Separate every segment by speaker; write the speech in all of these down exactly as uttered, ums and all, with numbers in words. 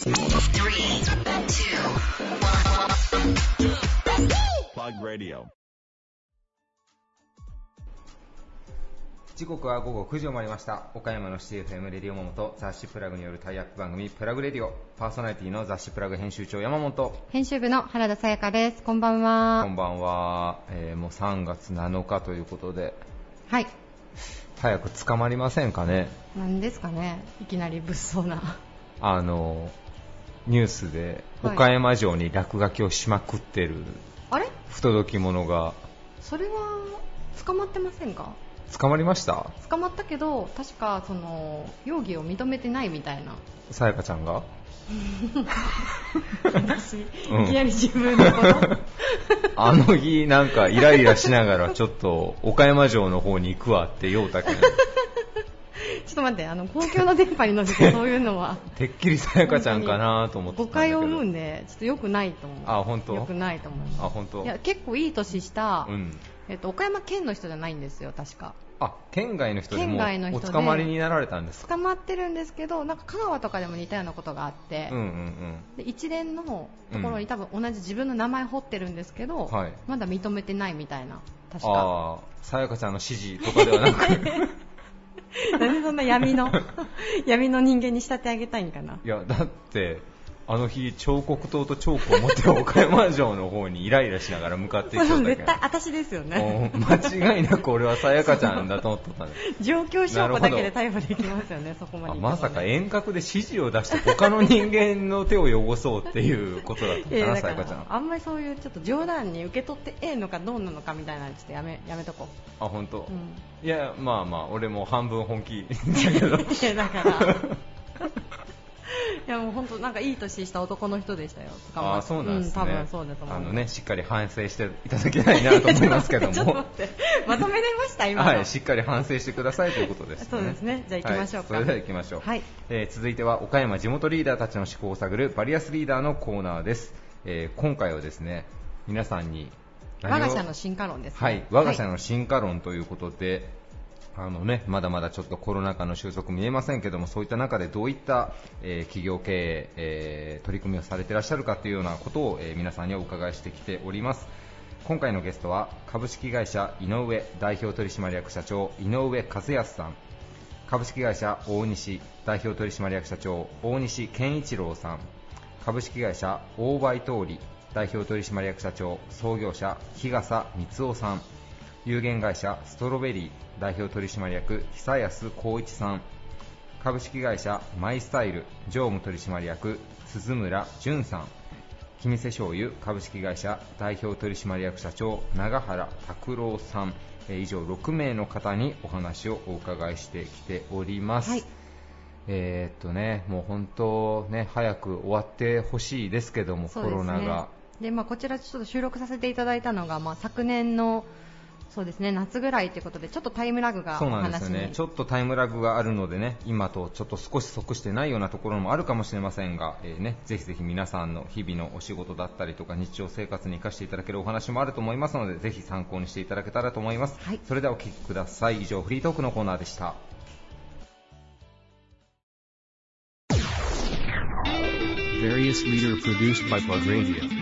Speaker 1: 時刻は午後くじを回りました。岡山のシティ エフエム レディオモモと雑誌プラグによるタイアップ番組プラグレディオ、パーソナリティの雑誌プラグ編集長山本、
Speaker 2: 編集部の原田さやかです。こんばんは。
Speaker 1: こんばんは、えー、もうさんがつなのかということで、
Speaker 2: はい、
Speaker 1: 早く捕まりませんかね。
Speaker 2: 何ですかね、いきなり物騒な
Speaker 1: あのニュースで岡山城に落書きをしまくってる、
Speaker 2: はい、あれ
Speaker 1: 不届き者が、
Speaker 2: それは捕まってませんか？
Speaker 1: 捕まりました。
Speaker 2: 捕まったけど確かその容疑を認めてないみたいな。
Speaker 1: さやかちゃんが
Speaker 2: 私、うん、いきなり自分のこと
Speaker 1: あの日なんかイライラしながらちょっと岡山城の方に行くわって言おうたけどちょ
Speaker 2: っと待って、あの公共の電波に乗せてそういうのは
Speaker 1: てっきりさやかちゃんかなと思ってたんだけど、
Speaker 2: 誤解を生むんでちょっと良くないと思う。
Speaker 1: あ、本当？
Speaker 2: 良くないと思います。
Speaker 1: あ、本当？
Speaker 2: いや、結構いい年した、
Speaker 1: うん、
Speaker 2: えっと、岡山県の人じゃないんですよ確か。
Speaker 1: あ、県外の人でもお捕まりになられたんですか？
Speaker 2: 捕まってるんですけど、なんか香川とかでも似たようなことがあって、
Speaker 1: うんうんうん、で
Speaker 2: 一連のところに多分同じ自分の名前彫ってるんですけど、うん、はい、まだ認めてないみたいな。確か
Speaker 1: あ、さやかちゃんの指示とかではなく
Speaker 2: なんでそんな闇の闇の人間に仕立て上げたいんかな。
Speaker 1: いや、だってあの日彫刻刀とチョークを持って岡山城の方にイライラしながら向かっていくんだけど
Speaker 2: 絶対私ですよね。
Speaker 1: 間違いなく俺はさやかちゃんだと思ってたんで
Speaker 2: 状況証拠だけで逮捕できますよね。そこまで、ね、
Speaker 1: まさか遠隔で指示を出して他の人間の手を汚そうっていうことだったんだな。さやかちゃん、
Speaker 2: あんまりそういうちょっと冗談に受け取ってええのかどうなのかみたいなのちょっとやめやめとこう。
Speaker 1: あ、本当？うん、
Speaker 2: い
Speaker 1: や、まあまあ俺も半分本気だけど
Speaker 2: いやだからいやもう本当なんかいい年した男の人でしたよ。
Speaker 1: ああ、そうなんですね。
Speaker 2: うん、多分そうだと思う。
Speaker 1: あのね、しっかり反省していただきたいなと思いますけども。
Speaker 2: ちょっと待って、まとめれました今の。
Speaker 1: はい、しっかり反省してくださいということですね。
Speaker 2: そうですね。じゃあ行きましょうか。
Speaker 1: はい、それでは行きましょう。
Speaker 2: はい、
Speaker 1: えー、続いては岡山地元リーダーたちの思考を探るバリアスリーダーのコーナーです。えー、今回はですね、皆さんに
Speaker 2: 我が社の進化論ですね。
Speaker 1: はい、我が社の進化論ということで。はい、あのね、まだまだちょっとコロナ禍の収束見えませんけども、そういった中でどういった、えー、企業経営、えー、取り組みをされていらっしゃるかというようなことを、えー、皆さんにお伺いしてきております。今回のゲストは株式会社井上代表取締役社長井上和康さん、株式会社大西代表取締役社長大西健一郎さん、株式会社大梅通り代表取締役社長創業者日笠光夫さん、有限会社ストロベリー代表取締役久安光一さん、株式会社マイスタイル常務取締役鈴村淳さん、君瀬醤油株式会社代表取締役社長永原拓郎さん、以上ろくめいの方にお話をお伺いしてきております。はい、えー、っとね、もう本当ね、早く終わってほしいですけども、コロナが。
Speaker 2: で、まあ、こちらちょっと収録させていただいたのが、まあ、昨年のそうですね、夏ぐらいということでちょっとタイムラグが
Speaker 1: そうなんですよね。ちょっとタイムラグがあるのでね、今とちょっと少し即してないようなところもあるかもしれませんが、えーね、ぜひぜひ皆さんの日々のお仕事だったりとか日常生活に生かしていただけるお話もあると思いますので、ぜひ参考にしていただけたらと思います。はい、それではお聞きください。以上フリートークのコーナーでした。
Speaker 3: Various leader produced by Plug Radio。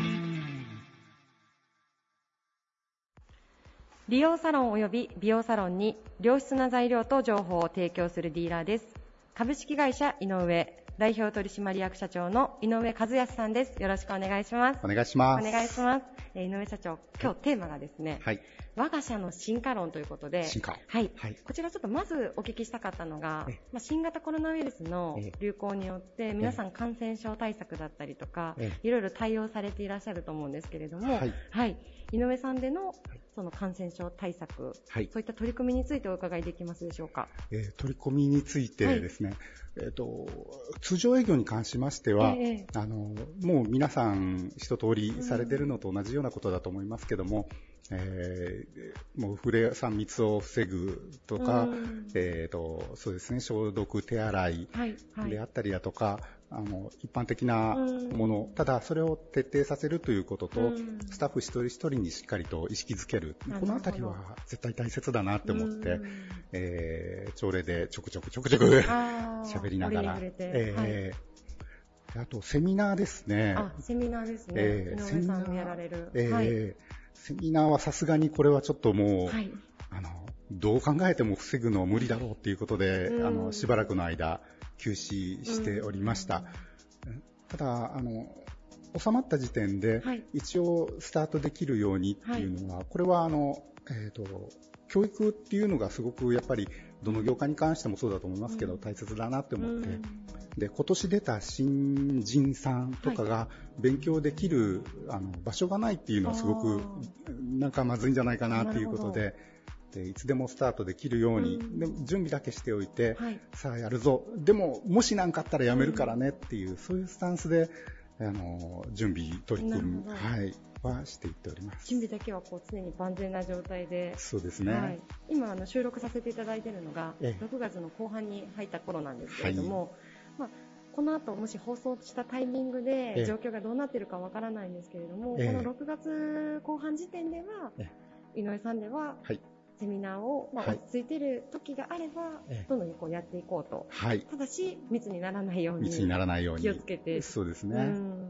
Speaker 4: 理容サロンおよび美容サロンに良質な材料と情報を提供するディーラーです。株式会社井上代表取締役社長の井上和康さんです。よろしくお願いします。
Speaker 5: お願いします。
Speaker 4: お願いします。えー、井上社長、今日テーマがですね、
Speaker 5: はい、
Speaker 4: 我が社の進化論ということで、
Speaker 5: 進化、
Speaker 4: はいはい、こちらちょっとまずお聞きしたかったのが、まあ、新型コロナウイルスの流行によって皆さん感染症対策だったりとか、いろいろ対応されていらっしゃると思うんですけれども、はいはい、井上さんでのその感染症対策、はい、そういった取り組みについてお伺いできますでしょうか。
Speaker 5: えー、取り組みについてですね、はい、えーと、通常営業に関しましては、えー、あのもう皆さん一通りされているのと同じようなことだと思いますけども、えー、もうフレさん密を防ぐとか、えーと、そうですね、消毒手洗いであったりだとか、はいはい、あの一般的なもの、ただそれを徹底させるということと、スタッフ一人一人にしっかりと意識づける、このあたりは絶対大切だなって思って、えー、朝礼でちょくちょくちょくちょく喋りながら、えーはい、 あとセミナーですね。
Speaker 4: あ、セミナーですね。えー、井上さんがやられる。
Speaker 5: えーはい、セミナーはさすがにこれはちょっともう、はい、あのどう考えても防ぐのは無理だろうということで、あのしばらくの間休止しておりました。ただあの収まった時点で、はい、一応スタートできるようにっていうのは、はい、これはあの、えーと、教育っていうのがすごくやっぱりどの業界に関してもそうだと思いますけど、うん、大切だなって思って、うん、で今年出た新人さんとかが勉強できる、はい、あの場所がないっていうのはすごくなんかまずいんじゃないかなっていうことで、でいつでもスタートできるように、うん、で準備だけしておいて、はい、さあやるぞ、でももし何かあったらやめるからねっていう、うん、そういうスタンスであの準備取り組み、はい、はしていっております。
Speaker 4: 準備だけはこう常に万全な状態で。
Speaker 5: そうですね。はい、
Speaker 4: 今あの収録させていただいているのがろくがつの後半に入った頃なんですけれども、はい、まあ、この後もし放送したタイミングで状況がどうなっているかわからないんですけれども、このろくがつこう半時点では井上さんでは、はい、セミナーを、まあ、落ち着いている時があれば、はい、どんどんこうやっていこうと、はい、ただし密にならないように
Speaker 5: 密にならないように
Speaker 4: 気をつけて。
Speaker 5: そうですね。
Speaker 4: うん、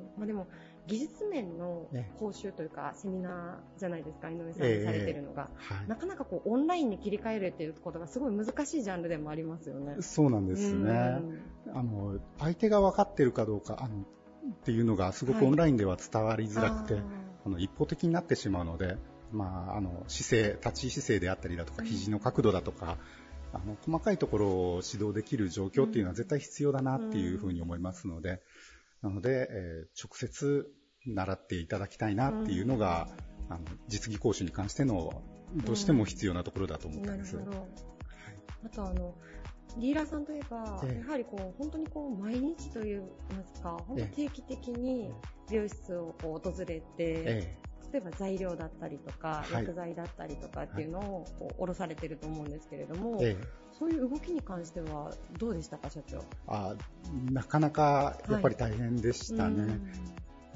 Speaker 4: まあ、でも技術面の講習というか、セミナーじゃないですか、井上さんがされているのが、えーはい、なかなかこうオンラインに切り替えるということがすごい難しいジャンルでもありますよね。
Speaker 5: そうなんですね。あの相手が分かっているかどうかあのっていうのがすごくオンラインでは伝わりづらくて、はい、あの一方的になってしまうので、まあ、あの姿勢立ち姿勢であったりだとか、肘の角度だとか、あの細かいところを指導できる状況っていうのは絶対必要だなっていうふうに思いますので、なので、えー、直接習っていただきたいなっていうのが、あの実技講習に関してのどうしても必要なところだと思っています。なるほど。はい、
Speaker 4: あとあのディーラーさんといえば、ええ、やはりこう本当にこう毎日といいますか、本当定期的に美容室をこう訪れて、ええ、例えば材料だったりとか、はい、薬剤だったりとかっていうのをこう卸されてると思うんですけれども、ええ、そういう動きに関してはどうでしたか、社長。
Speaker 5: あ、なかなかやっぱり大変でしたね。はい、うん、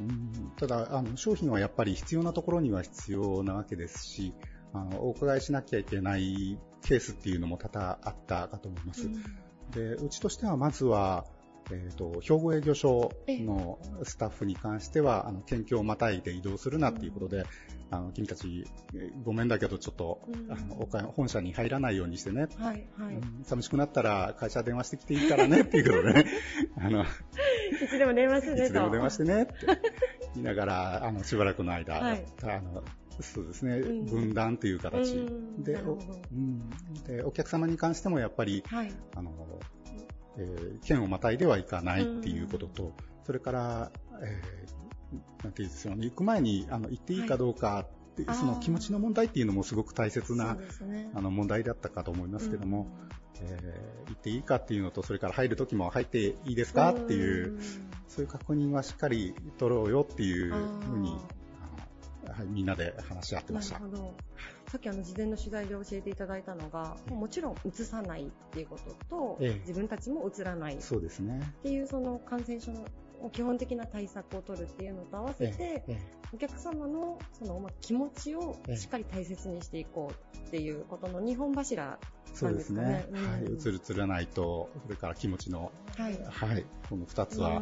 Speaker 5: ただあの商品はやっぱり必要なところには必要なわけですし、あのお伺いしなきゃいけないケースっていうのも多々あったかと思います。うん、でうちとしてはまずはえー、と兵庫営業所のスタッフに関してはあの県境をまたいで移動するなっていうことで、うん、あの君たちごめんだけどちょっと、うん、あの岡山本社に入らないようにしてね、はいはい、うん、寂しくなったら会社電話してきていいからねっていうことでねあのい
Speaker 4: つでも電話してねと
Speaker 5: いつでも電話してねって言いながらあのしばらくの間、はい、あのそうですね、うん、分断という形で、お、うん、でお客様に関してもやっぱり、はい、あのえー、県をまたいではいかないっていうことと、うん、それから、えー、なんていうんですよね、行く前にあの行っていいかどうかって、はい、その気持ちの問題っていうのもすごく大切な、ね、あの問題だったかと思いますけども、うん、えー、行っていいかっていうのと、それから入るときも入っていいですかっていう、うん、そういう確認はしっかり取ろうよっていうふうに、あの、はい、みんなで話し合ってました。
Speaker 4: なるほど。さっきあの事前の取材で教えていただいたのが、もちろんうつさないっていうことと、ええ、自分たちもうつらないっていうその感染症の基本的な対策を取るっていうのと合わせて、ええ、お客様のその気持ちをしっかり大切にしていこうっていうことの二本柱なんですかね。そうですね。
Speaker 5: うん、はい、うつるつらないと、それから気持ちの、はい、はい、この二つは、はい、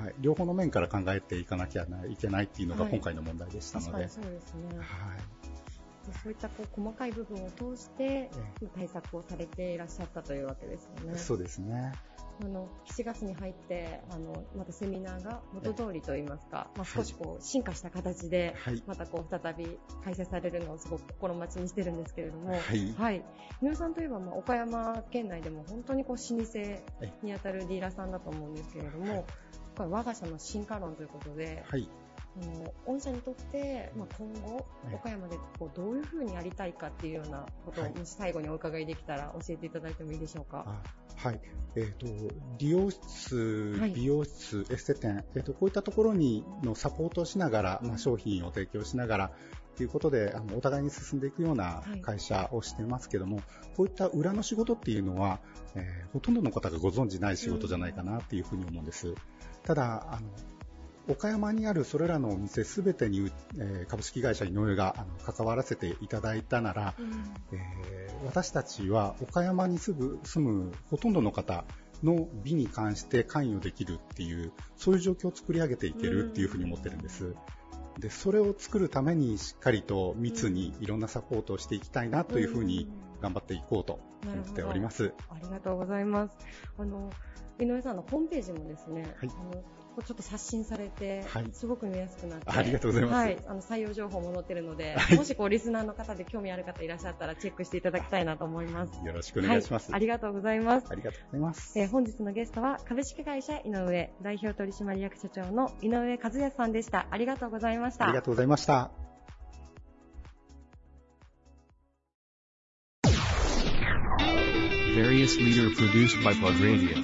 Speaker 5: 両方の面から考えていかなきゃいけないっていうのが今回の問題でしたので、はい、
Speaker 4: そうですね。はい。そういったこう細かい部分を通して対策をされていらっしゃったというわけですよね。
Speaker 5: そうですね。
Speaker 4: あのしちがつに入ってあのまたセミナーが元通りといいますか、まあ、少しこう進化した形でまたこう再び開催されるのをすごく心待ちにしてるんですけれども、はい、はい、井上さんといえば、まあ、岡山県内でも本当にこう老舗にあたるディーラーさんだと思うんですけれども、はい、これ我が社の進化論ということで、はい、あの御社にとって、まあ、今後岡山でこうどういうふうにやりたいかっていうようなことを、はい、もし最後にお伺いできたら教えていただいてもいいでしょうか。
Speaker 5: はい、えーと、理容室、美容室、はい、エステ店、えーと、こういったところにのサポートをしながら、まあ、商品を提供しながらということであのお互いに進んでいくような会社をしていますけども、はい、こういった裏の仕事っていうのは、えー、ほとんどの方がご存じない仕事じゃないかなっていうふうに思うんです。ただあの岡山にあるそれらのお店すべてに、えー、株式会社井上があの関わらせていただいたなら、うん、えー、私たちは岡山にすぐ住むほとんどの方の美に関して関与できるっていう、そういう状況を作り上げていけるっていうふうに思ってるんです。で、それを作るためにしっかりと密にいろんなサポートをしていきたいなというふうに頑張っていこうと思っております。
Speaker 4: ありがとうございます。あの井上さんのホームページもですね、はい、あのちょっと刷新されて、はい、すごく見やすくなって、
Speaker 5: ありがとうございます。
Speaker 4: はい、あの採用情報も載っているので、
Speaker 5: はい、
Speaker 4: もしこうリスナーの方で興味ある方いらっしゃったらチェックしていただきたいなと思います。
Speaker 5: よろしくお願いします。
Speaker 4: はい、ありがとうございます。
Speaker 5: ありがとうございます。
Speaker 4: えー、本日のゲストは株式会社井上代表取締役社長の井上和康さんでした。ありがとうございました。
Speaker 5: ありがとうございました。
Speaker 3: Various leader produced by Plug Radio。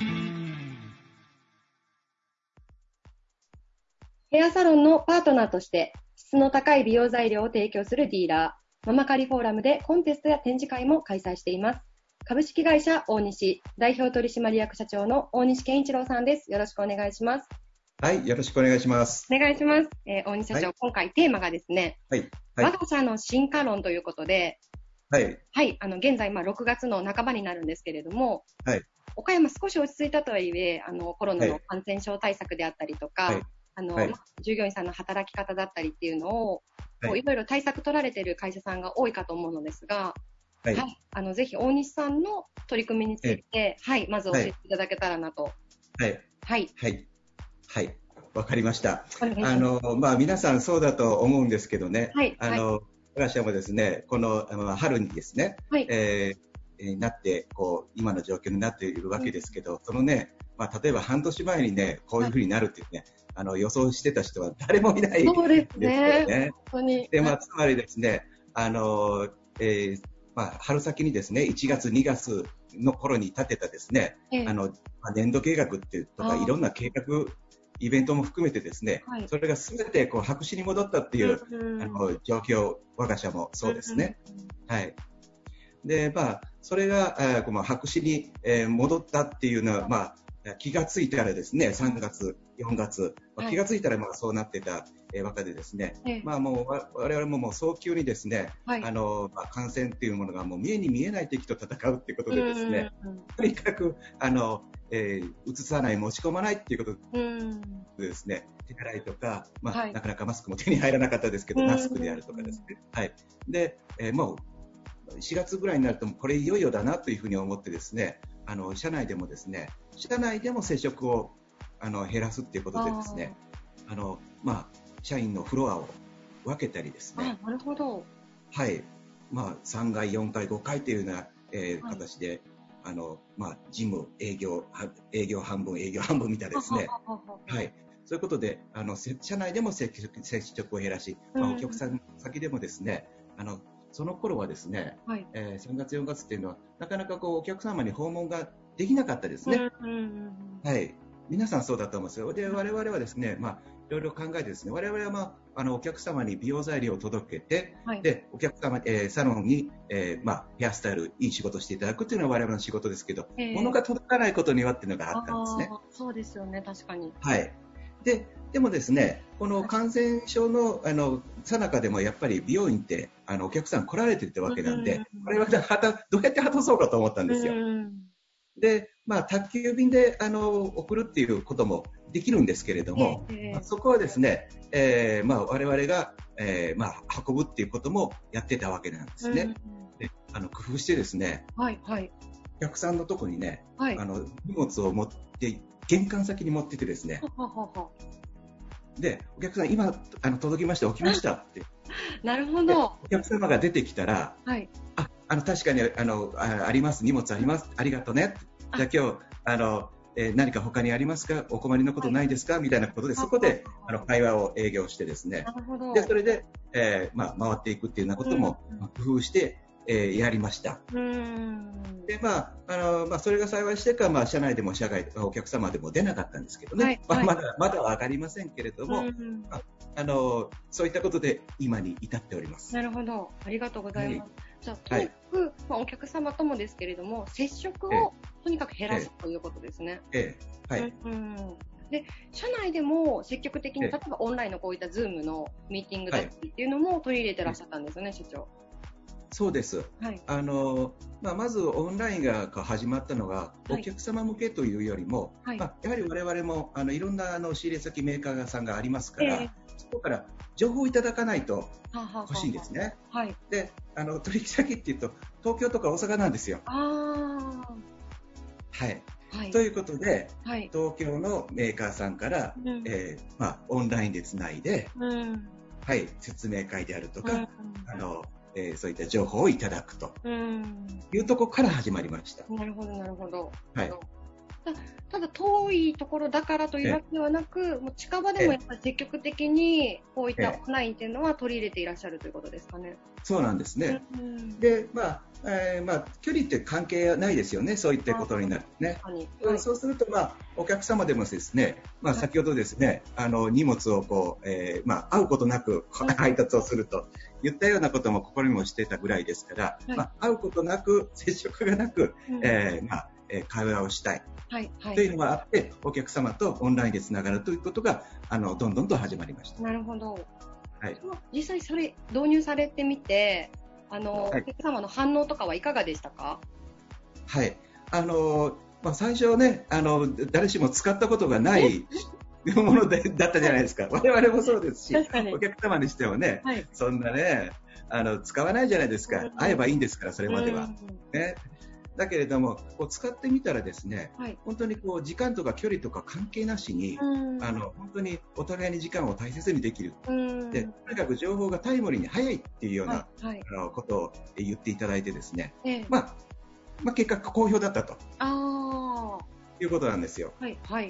Speaker 4: ヘアサロンのパートナーとして質の高い美容材料を提供するディーラー、ママカリフォーラムでコンテストや展示会も開催しています。株式会社大西代表取締役社長の大西健一郎さんです。よろしくお願いします。
Speaker 6: はい、よろしくお願いします。
Speaker 4: お願いします。えー、大西社長、はい、今回テーマがですね、
Speaker 6: はいはい、
Speaker 4: 我が社の進化論ということで、
Speaker 6: はい。
Speaker 4: はい。あの、現在、まあ、ろくがつの半ばになるんですけれども、
Speaker 6: はい。
Speaker 4: 岡山少し落ち着いたとはいえ、あの、コロナの感染症対策であったりとか、はい、あの、はい、従業員さんの働き方だったりっていうのを、はい、いろいろ対策取られている会社さんが多いかと思うのですが、はい。はい、あの、ぜひ、大西さんの取り組みについて、はい、まず教えていただけたらなと。
Speaker 6: はい。
Speaker 4: はい。
Speaker 6: はい。はい。わかりました。あの、まあ、皆さんそうだと思うんですけどね、はい。あの、はい、我が社もですね、この春にですね、はい、えー、なって、こう、今の状況になっているわけですけど、うん、そのね、まあ、例えば半年前にね、こういうふうになるっていうね、はい、あの、予想してた人は誰もいないですよね。そうですね。本当に。で、まあ、つまりですね、あの、えー、まあ、春先にですね、いちがつ、にがつの頃に立てたですね、えー、あの、まあ、年度計画っていうとか、いろんな計画、イベントも含めてですね、はい、それがすべてこう白紙に戻ったっていう、うん、あの状況、我が社もそうですね。うん、はい。で、まあ、それが、えー、この白紙に、えー、戻ったっていうのは、まあ、気がついたらですね、さんがつ、よんがつ、まあ、気がついたらまあそうなってた、えー、わけでですね、はい、まあもう我々ももう早急にですね、はい、あの、まあ、感染っていうものがもう見えに見えない敵と戦うっていうことでですね、とにかく、あの、えー、移さない、持ち込まないっていうことでですね、手洗いとか、まあ、はい、なかなかマスクも手に入らなかったですけど、マスクであるとかですね。はい。で、えー、もう、しがつぐらいになると、これいよいよだなというふうに思ってですね、あの、社内でもですね、社内でも接触を、あの、減らすっていうことでですね、あの、まあ、社員のフロアを分けたりですね。
Speaker 4: あ、なるほど。
Speaker 6: はい。まあ、さんがい、よんかい、ごかいというような、えーはい、形で、あの、まあ、事務、営業、営業半分、営業半分みたいですね。はい。そういうことで、あの、社内でも接触、接触を減らし、まあ、お客さん先でもですね、あの、その頃はですね、はい、えー、さんがつ、よんがつっていうのは、なかなかこう、お客様に訪問ができなかったですね。はい。皆さんそうだと思うんですよ。で、我々はですね、まあ、いろいろ考えてですね、我々は、まあ、あの、お客様に美容材料を届けて、はい、で、お客様、えー、サロンに、えー、まあ、ヘアスタイル、いい仕事していただくっていうのは我々の仕事ですけど、えー、物が届かないことにはっていうのがあったんですね。
Speaker 4: そうですよね、確かに。
Speaker 6: はい。で、でもですね、この感染症の、あの、さなかでもやっぱり美容院って、あの、お客さん来られてるわけなんで、これは、はた、どうやって果たそうかと思ったんですよ。で、まあ、宅急便で、あの、送るっていうこともできるんですけれども、えーまあ、そこはですね、えー、まあ、我々が、えー、まあ、運ぶっていうこともやってたわけなんですね。うん、で、あの、工夫してですね、
Speaker 4: はい、はい。
Speaker 6: お客さんのとこにね、はい、あの、荷物を持って、玄関先に持っててですね、はははで、お客さん、今、あの、届きました、起きましたって。
Speaker 4: なるほど。
Speaker 6: お客様が出てきたら、はい。あ、あの、確かに、あの、あ、あります、荷物あります、ありがとうね。じゃあ今日、あの、えー、何か他にありますか、お困りのことないですか、はい、みたいなことで、そこで、あの、会話を営業してですね。なるほど。で、それで、えー、まあ、回っていくっていうようなことも、うん、工夫して、えー、やりました。うんで、まあ、あの、まあ、それが幸いしてか、まあ、社内でも社外、お客様でも出なかったんですけどね。はいまあ、まだ、まだわかりませんけれども、うんあ、あの、そういったことで今に至っております。
Speaker 4: なるほど。ありがとうございます。はい、じゃあ、とにかく、はい、まあ、お客様ともですけれども、接触をとにかく減らす、ええ、ということですね。
Speaker 6: ええ、はい。
Speaker 4: うん、で、社内でも積極的に、例えばオンラインのこういったズームのミーティングだったりっていうのも取り入れてらっしゃったんですよね、はい、社長。
Speaker 6: そうです。はい、あのまあ、まずオンラインが始まったのが、お客様向けというよりも、はい、まあ、やはり我々もあのいろんなあの仕入れ先メーカーさんがありますから、えー、そこから情報をいただかないと欲しいんですね。はい、であの取引先っていうと東京とか大阪なんですよ。あはいはい、ということで、はい、東京のメーカーさんから、うん、えーまあ、オンラインでつないで、うんはい、説明会であるとか、うん、あのえー、そういった情報をいただくというところから始まりました。
Speaker 4: なるほどなるほど。はい。た, ただ遠いところだからというわけではなく、もう近場でもやっぱり積極的にこういったオンラインというのは取り入れていらっしゃるということですかね。
Speaker 6: そうなんですね。うん、で、まあえーまあ、距離って関係ないですよね、そういったことになるとね。はい、そうすると、まあ、お客様でもですね、まあ、先ほどですね、あの荷物をこう、えーまあ、会うことなく配達をすると言ったようなことも心にもしてたぐらいですから、はいまあ、会うことなく接触がなく、うんえーまあえー、会話をしたい。はいはい、というのがあって、お客様とオンラインでつながるということがあのどんどんと始まりました。
Speaker 4: なるほど。はい、実際それ導入されてみて、あの、はい、お客様の反応とかはいかがでしたか？
Speaker 6: はい、あのまあ、最初はね、あの誰しも使ったことがないものでだったじゃないですか。我々もそうですし、お客様にしてもね、はい、そんなねあの使わないじゃないですか。会えばいいんですから、それまでは。ねだけれどもこう使ってみたらですね、はい、本当にこう時間とか距離とか関係なしに、あの本当にお互いに時間を大切にできる。でとにかく情報がタイムリーに早いっていうような、はいはい、あのことを言っていただいてですね、ええまあまあ、結果好評だったとあいうことなんですよ。
Speaker 4: はいはい、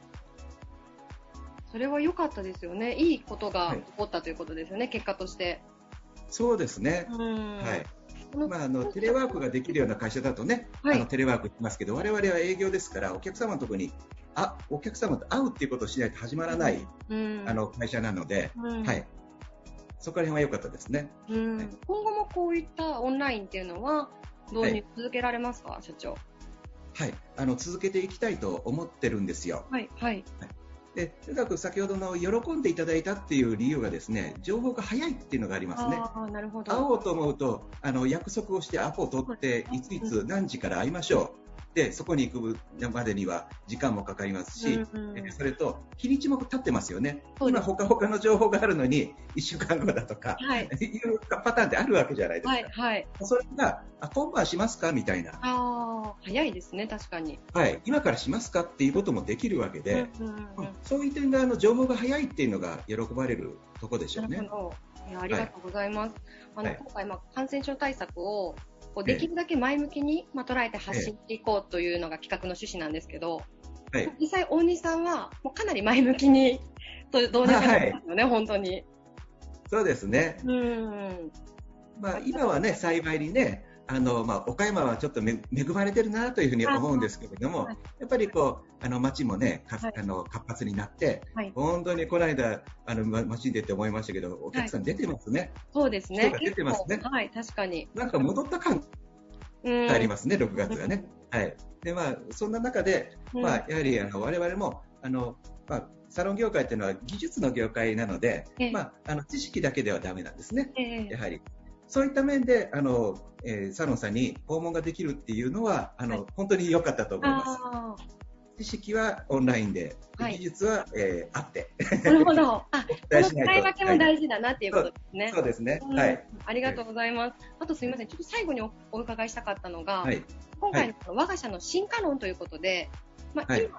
Speaker 4: それは良かったですよね。いいことが起こったということですよね、はい、結果として。
Speaker 6: そうですね。はいまあ、あのテレワークができるような会社だとね、はい、あのテレワークしますけど、我々は営業ですからお客様のところにあお客様と会うっていうことをしないと始まらない、うん、あの会社なので、うんはい、そこら辺は良かったですね、
Speaker 4: うんはい、今後もこういったオンラインっていうのは導入続けられますか、はい、社長。
Speaker 6: はい、あの続けていきたいと思ってるんですよ。はいはいはいでとにかく先ほどの喜んでいただいたっていう理由がですね、情報が早いっていうのがありますね。あなるほど。会おうと思うとあの約束をしてアポを取っていついつ何時から会いましょう。でそこに行くまでには時間もかかりますし、うんうん、それと日にちも経ってますよね。今ほかほかの情報があるのにいっしゅうかんごだとか、はい、いうパターンってあるわけじゃないですか。はいはい、それがあ今晩しますかみたいな。
Speaker 4: あ早いですね確かに。
Speaker 6: はい、今からしますかっていうこともできるわけで、うんうんうん、そういう点があの情報が早いっていうのが喜ばれるところでしょうね。なるほ
Speaker 4: ど。いやありがとうございます。はい、あの、はい、今回まあ感染症対策をこうできるだけ前向きに、まあ、捉えて発信していこうというのが企画の趣旨なんですけど、はい、実際大西さんはもうかなり前向きに導入されてますよね、はい、本当に。
Speaker 6: そうですね。うんまあ、今はね幸いにねあの、まあ、岡山はちょっと恵まれてるなというふうに思うんですけれども、はい、やっぱりこうあの街もねか、はい、あの活発になって、はい、本当にこの間あの街に出て思いましたけどお客さん出てますね。はい、
Speaker 4: そうですね。
Speaker 6: 人が出てますね。
Speaker 4: はい確かに。
Speaker 6: なんか戻った感がありますね、ろくがつがね。はいでまあ、そんな中で、まあ、やはりあの我々もあの、まあ、サロン業界というのは技術の業界なので、えーまあ、あの知識だけではダメなんですね、えー、やはり。そういった面であの、えー、サロンさんに訪問ができるっていうのはあの、はい、本当に良かったと思います。知識はオンラインで、はい、技術は、えー、あって。
Speaker 4: なるほど。あ、この使い分けも大事だなっていうことですね。
Speaker 6: はい、そう、そうですね、うん。はい。
Speaker 4: ありがとうございます。あとすみません、ちょっと最後に お, お伺いしたかったのが、はい、今回の我が社の進化論ということで、まあ、今、はい、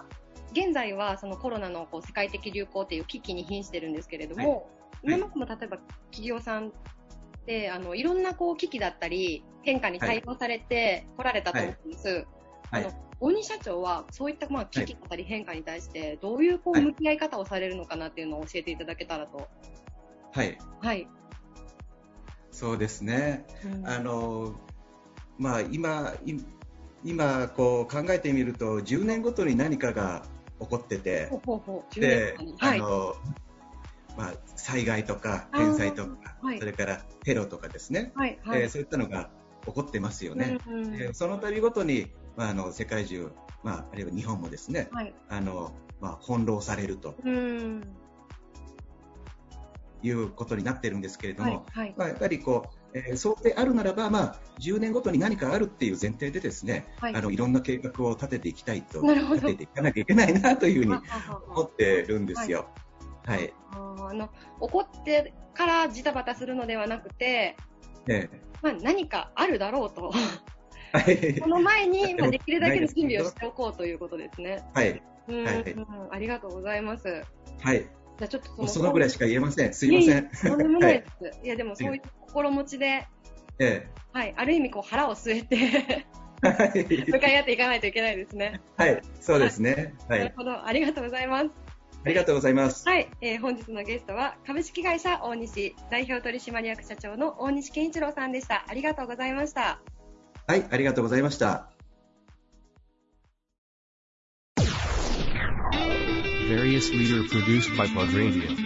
Speaker 4: 現在はそのコロナのこう世界的流行という危機に瀕してるんですけれども、はい、今までも例えば企業さんであのいろんなこう危機だったり変化に対応されて来られたと思うんです。はいはい、あの大西社長はそういったまあ危機だったり変化に対してどういうこう向き合い方をされるのかなっていうのを教えていただけたらと。
Speaker 6: はい。はい。そうですね。うん、あのまあ今今こう考えてみるとじゅうねんごとに何かが起こってて、ほうほうほうで、はい、あのまあ災害とか天災とか、はい、それからテロとかですね。はいはいえー、そういったのが起こってますよね。うんうん、その度ごとにまあ、あの世界中、まあ、あるいは日本もですね、はい、あのまあ、翻弄されるということになっているんですけれども、はいはいまあ、やっぱりこう、 えー、そうであるならば、まあ、じゅうねんごとに何かあるっていう前提でですね、はい、あのいろんな計画を立てていきたいと、立てていかなきゃいけないなというふうに思ってるんですよ。はい。
Speaker 4: あの怒ってからジタバタするのではなくて、ねまあ、何かあるだろうと。はい、その前に、まあ、できるだけの準備をしておこうということですね。
Speaker 6: はい。
Speaker 4: うん、はい、ありがとうございます。
Speaker 6: はい。
Speaker 4: じゃあちょっとそ
Speaker 6: の、そのぐらいしか言えません。すいません。
Speaker 4: とんでもないです。はい、いや、でもそういう心持ちで、ええ、はい、ある意味こう腹を据えて向かい合っていかないといけないですね。
Speaker 6: はい、そうですね。はい。
Speaker 4: なるほど、ありがとうございます。
Speaker 6: ありがとうございます。
Speaker 4: はい、えー、本日のゲストは株式会社大西代表取締役社長の大西健一郎さんでした。ありがとうございました。
Speaker 6: はい、ありがとうございました。
Speaker 3: Various leader produced by Plug Radio。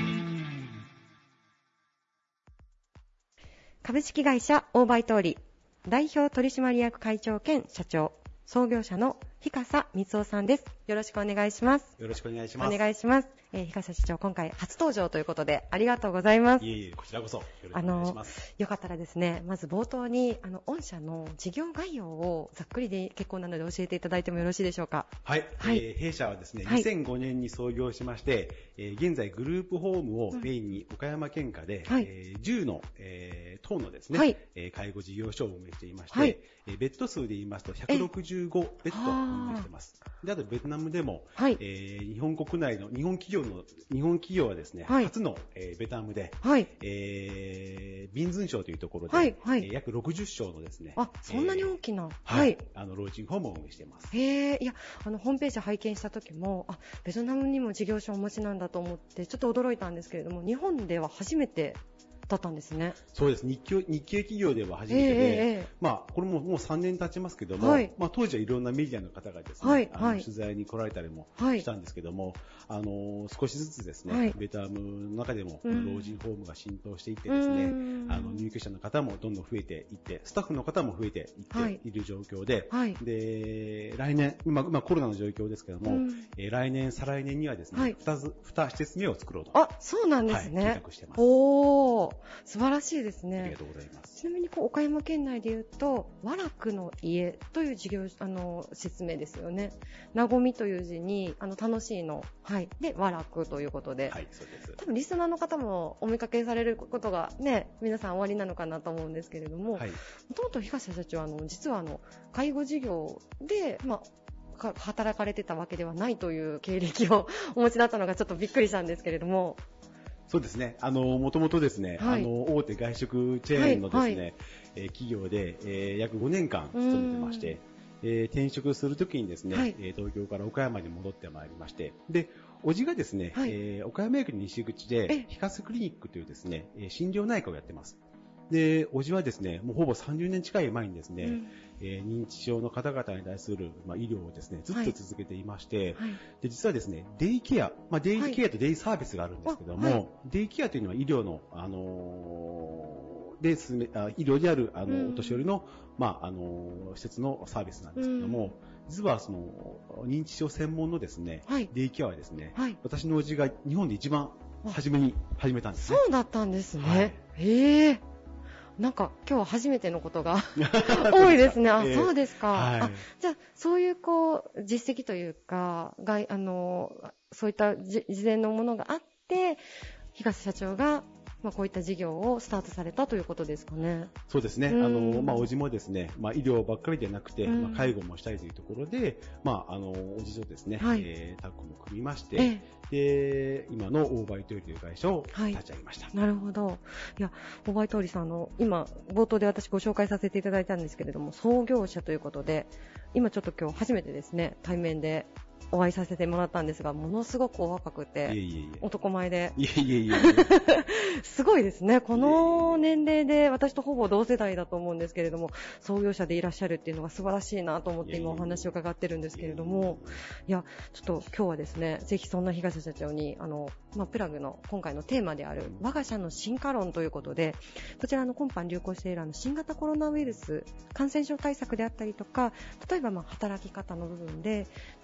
Speaker 4: 株式会社大倍通り代表取締役会長兼社長、創業者の日笠光雄さんです。よろしくお願いします。
Speaker 7: よろしくお願いします。
Speaker 4: お願いします。えー、日笠社長、今回初登場ということでありがとうございます。
Speaker 7: いえいえ、こちらこそよろしくお願いします。
Speaker 4: よかったらですね、まず冒頭にあの御社の事業概要をざっくりで結構なので教えていただいてもよろしいでしょうか。
Speaker 7: はい。はい、えー、弊社はですね、にせんごねんに創業しまして、えー、現在グループホームをメインに岡山県下で、はい、えー、じゅうの、えー、棟のですね、はい、えー、介護事業所を運営していまして、はい、えー、ベッド数で言いますとひゃくろくじゅうごベッドを運営しています。で、あとベトナムでも、はい、えー、日本国内の日本企業の日本企業はですね、はい、初の、えー、ベトナムで、はい、えー、ビンズン省というところで、はいはい、えー、約ろくじゅっしょうのですね、
Speaker 4: あ、そんなに大きな、えー、
Speaker 7: はい、あの老人ホームを運営しています。
Speaker 4: へえ、いや、あのホームページ拝見した時も、あ、ベトナムにも事業所をお持ちなんだと思ってちょっと驚いたんですけれども、日本では初めてだったんですね。
Speaker 7: そうです。日系、日系企業では初めてで、えー、まあ、これももうさんねん経ちますけども、はい、まあ、当時はいろんなメディアの方がですね、はい、あの、はい、取材に来られたりもしたんですけども、はい、あの、少しずつですね、はい、ベトナムの中でも、老人ホームが浸透していってですね、あの、入居者の方もどんどん増えていって、スタッフの方も増えていっている状況で、はい、で、来年、今、今コロナの状況ですけども、えー、来年、再来年にはですね、はい、二つ、二施設目を作ろうと。
Speaker 4: あ、そうなんですね。
Speaker 7: はい、計画してます。
Speaker 4: おー。素晴らしいですね。
Speaker 7: ありがとうございます。
Speaker 4: ちなみにこう岡山県内でいうと和楽の家という事業あの説明ですよね。なごみという字にあの楽しいの、はい、で和楽ということで、
Speaker 7: はい、そうです。
Speaker 4: 多分リスナーの方もお見かけされることがね、皆さんおありなのかなと思うんですけれども、もともと日笠社長はあの実はあの介護事業でまあ働かれてたわけではないという経歴をお持ちだったのがちょっとびっくりしたんですけれども。
Speaker 7: そうですね。あの、もともとですね、はい、あの、大手外食チェーンのですね、はいはい、えー、企業で、えー、約ごねんかん勤めてまして、えー、転職するときにですね、はい、えー、東京から岡山に戻ってまいりまして、で、おじがですね、はい、えー、岡山駅の西口で、日笠クリニックというですね、診療内科をやってます。で、おじはですね、もうほぼさんじゅうねん近い前にですね、うん、えー、認知症の方々に対する、まあ、医療をですね、ずっと続けていまして、はい、で、実はですね、デイケア、まあ、デイケアとデイサービスがあるんですけども、はい、デイケアというのは医療の、あのー、で進め、あ医療である、あの、うん、お年寄りの、まあ、あのー、施設のサービスなんですけども、うん、実はその、認知症専門のですね、はい、デイケアはですね、はい、私のおじが日本で一番初めに始めたんですね。
Speaker 4: そうだったんですね。はい、へー。なんか今日は初めてのことが多いですね。あ、えー、そうですか。はい、あ、じゃあそういうこう実績というか、があのそういった事前のものがあって、日笠社長がまあ、こういった事業をスタートされたということですかね。
Speaker 7: そうですね。あの、まあ、おじもですね、まあ、医療ばっかりでなくて、まあ、介護もしたいというところで、まあ、あの、おじとですね、はい、えー、タッグも組みまして、で、今のオーバイトリという会社を立ち上げました。はい、
Speaker 4: なるほど。いや、オーバイトリさんの、今、冒頭で私ご紹介させていただいたんですけれども、創業者ということで、今ちょっと今日初めてですね、対面で、お会いさせてもらったんですが、ものすごくお若くて、いえいえいえ男前で。
Speaker 7: いえいえいえ
Speaker 4: すごいですね。この年齢で、私とほぼ同世代だと思うんですけれども、創業者でいらっしゃるっていうのが素晴らしいなと思って今お話を伺ってるんですけれども、いや、ちょっと今日はですね、ぜひそんな日笠社長に、あの、まあ、プラグの今回のテーマである、我が社の進化論ということで、こちらの今般流行しているあの新型コロナウイルス感染症対策であったりとか、例えばまあ働き方の部分で対応を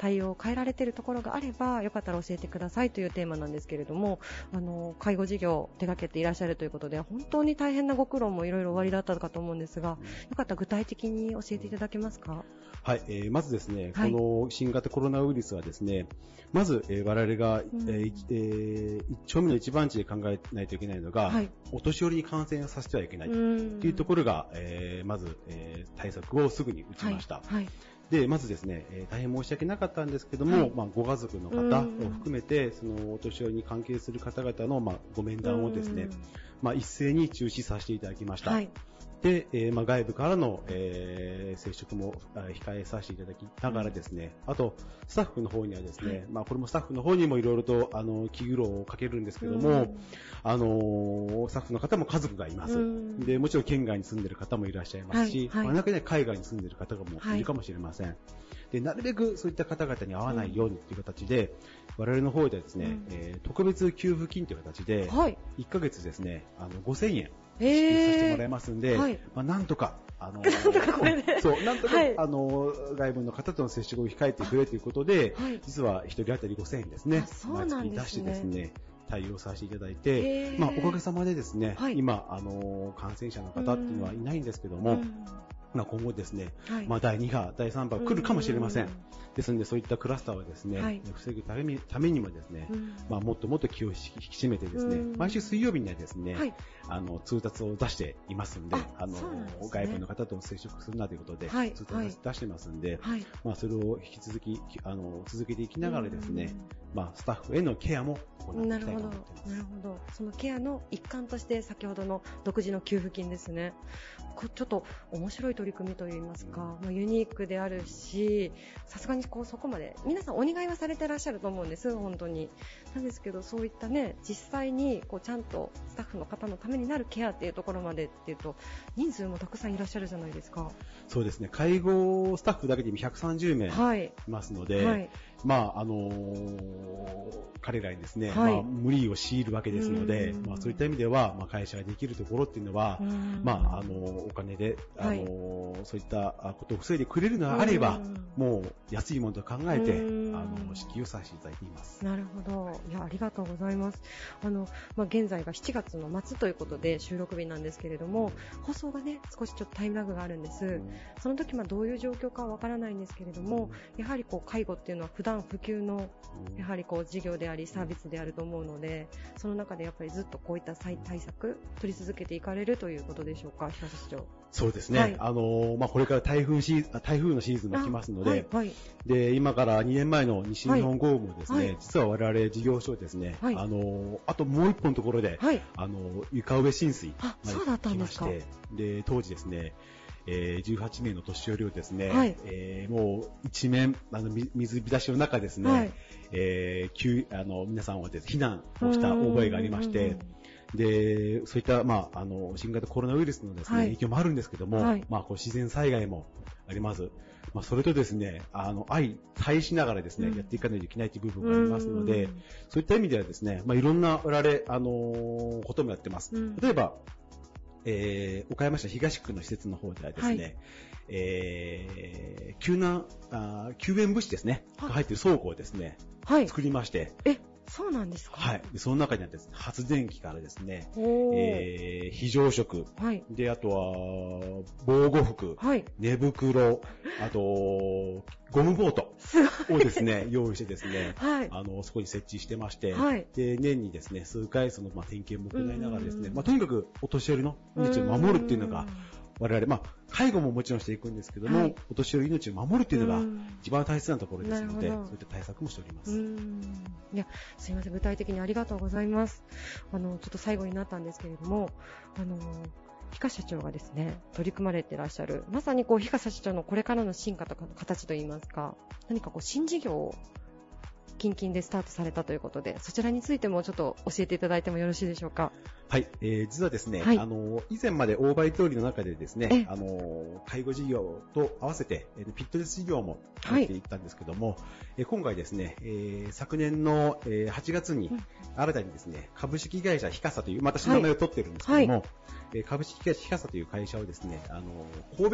Speaker 4: 変えられているところがあればよかったら教えてくださいというテーマなんですけれども、あの介護事業を手掛けていらっしゃるということで本当に大変なご苦労もいろいろおありだったかと思うんですが、よかったら具体的に教えていただけますか？
Speaker 7: はい、えー、まずですね、
Speaker 4: はい、
Speaker 7: この新型コロナウイルスはですね、まず、えー、我々が、うんえーえー、一丁目の一番地で考えないといけないのが、はい、お年寄りに感染させてはいけないというところが、えー、まず、えー、対策をすぐに打ちました。はいはいで、まずですね、えー、大変申し訳なかったんですけども、はい、まあ、ご家族の方を含めて、そのお年寄りに関係する方々の、まあ、ご面談をですね、まあ、一斉に中止させていただきました。はい、で、えー、まあ、外部からの、えー、接触も控えさせていただきながらですね、あと、スタッフの方にはですね、はい、まあ、これもスタッフの方にもいろいろと、あの、気苦労をかけるんですけども、あの、スタッフの方も家族がいます。で、もちろん県外に住んでいる方もいらっしゃいますし、はいはい、まあ、中には海外に住んでいる方もいるかもしれません。はい、で、なるべくそういった方々に会わないようにという形で、うん、我々の方でですね、うん、えー、特別給付金という形で、はい、いっかげつですね、あの、ごせんえん、支給させてもらいますんで、はい、まあ、なんとか、あのー、なんとかこれで、そう、なんとか、はい、あのー、外部の方との接触を控えてくれということで、はい、実は一人当たりごせんえんですね、毎月出してですね、対応させていただいて、まあ、おかげさまでですね、はい、今、あのー、感染者の方っていうのはいないんですけども、まあ、今後ですね、はい、まあ、だいに波、だいさん波来るかもしれません。ですので、そういったクラスターをですね、はい、防ぐために、ためにもですね、まあ、もっともっと気を引き締めてですね、毎週水曜日にはですね、はい、あの、通達を出していますんで、あ, あの、ね、外部の方と接触するなということで、はい、通達を出してますんで、はい、まあ、それを引き続き、あの、続けていきながらですね、まあ、スタッフへのケアも行っていきたいと思っています。
Speaker 4: なるほど。なるほど。そのケアの一環として、先ほどの独自の給付金ですね。こちょっと面白い取り組みといいますか、うん、ユニークであるし、さすがにこうそこまで皆さんお願いはされてらっしゃると思うんです。本当になんですけど、そういったね、実際にこうちゃんとスタッフの方のためになるケアっていうところまでっていうと、人数もたくさんいらっしゃるじゃないですか。
Speaker 7: そうですね、介護スタッフだけでひゃくさんじゅうめいいますので、はいはい、まああのー、彼らにですね、はい、まあ、無理を強いるわけですので、まあ、そういった意味では、まあ、会社ができるところっていうのは、まあ、あのお金で、あのーはい、そういったことを防いでくれるのであれば、もう安いものと考えて、あの支給をさせていただいています。
Speaker 4: なるほど。いや、ありがとうございます。あの、まあ、現在がしちがつの末ということで収録日なんですけれども、放送がね、少しちょっとタイムラグがあるんです。うん、その時、まあ、どういう状況かはわからないんですけれども、うん、やはりこう介護っていうのは普段普及の、やはりこう事業でありサービスであると思うので、その中でやっぱりずっとこういった再対策取り続けていかれるということでしょうか、東市長。
Speaker 7: そうですね。はい、あのまあ、これから台風シー台風のシーズンが来ますので、はいはい、で今からにねんまえの西日本豪雨もですね、はい、実は我々事業所ですね、はい、あのあともう一本のところで、はい、あの床上浸水まで来まして、で当時ですね。えー、じゅうはちめいの年寄りをですね、はい、えー、もう一面あの水浸しの中ですね、はい、えー、急あの皆さんはです、ね、避難をした覚えがありまして、でそういった、まあ、あの新型コロナウイルスのですね、はい、影響もあるんですけども、はい、まあ、こう自然災害もあります。まあ、それとですね、あの相対しながらですね、うん、やっていかないといけないという部分がありますので、そういった意味ではですね、まあ、いろんな我々あのー、こともやってます。例えばえー、岡山市東区の施設の方ではですね、はい、えー、救難あ救援物資ですねが入っている倉庫をですね、はい、作りまして、
Speaker 4: えそうなんですか。
Speaker 7: はい。でその中にはですね、発電機からですね、えー、非常食、はい、であとは防護服、はい、寝袋、あとゴムボートをですね用意してですね、はい、あのそこに設置してまして、はい、で年にですね数回そのまあ点検も行いながらですね、まあとにかくお年寄りの命を守るっていうのが我々、まあ、介護ももちろんしていくんですけども、はい、お年寄りの命を守るっていうのが一番大切なところですので、そういった対策もしております。うーん
Speaker 4: いや、すいません、具体的にありがとうございます。あの、ちょっと最後になったんですけれども、あの、氷川社長がですね、取り組まれていらっしゃる、まさにこう、氷川社長のこれからの進化とか形といいますか、何かこう、新事業を近々でスタートされたということで、そちらについてもちょっと教えていただいてもよろしいでしょうか。
Speaker 7: はい、えー、実はですね、はい、あの以前まで大張通りの中でですね、あの介護事業と合わせてフィットネス事業もやっていったんですけども、はい、今回ですね、えー、昨年のはちがつに新たにですね、株式会社ひかさという、また名前を取ってるんですけども、はいはい、株式会社ひかさという会社をですね、あの神戸市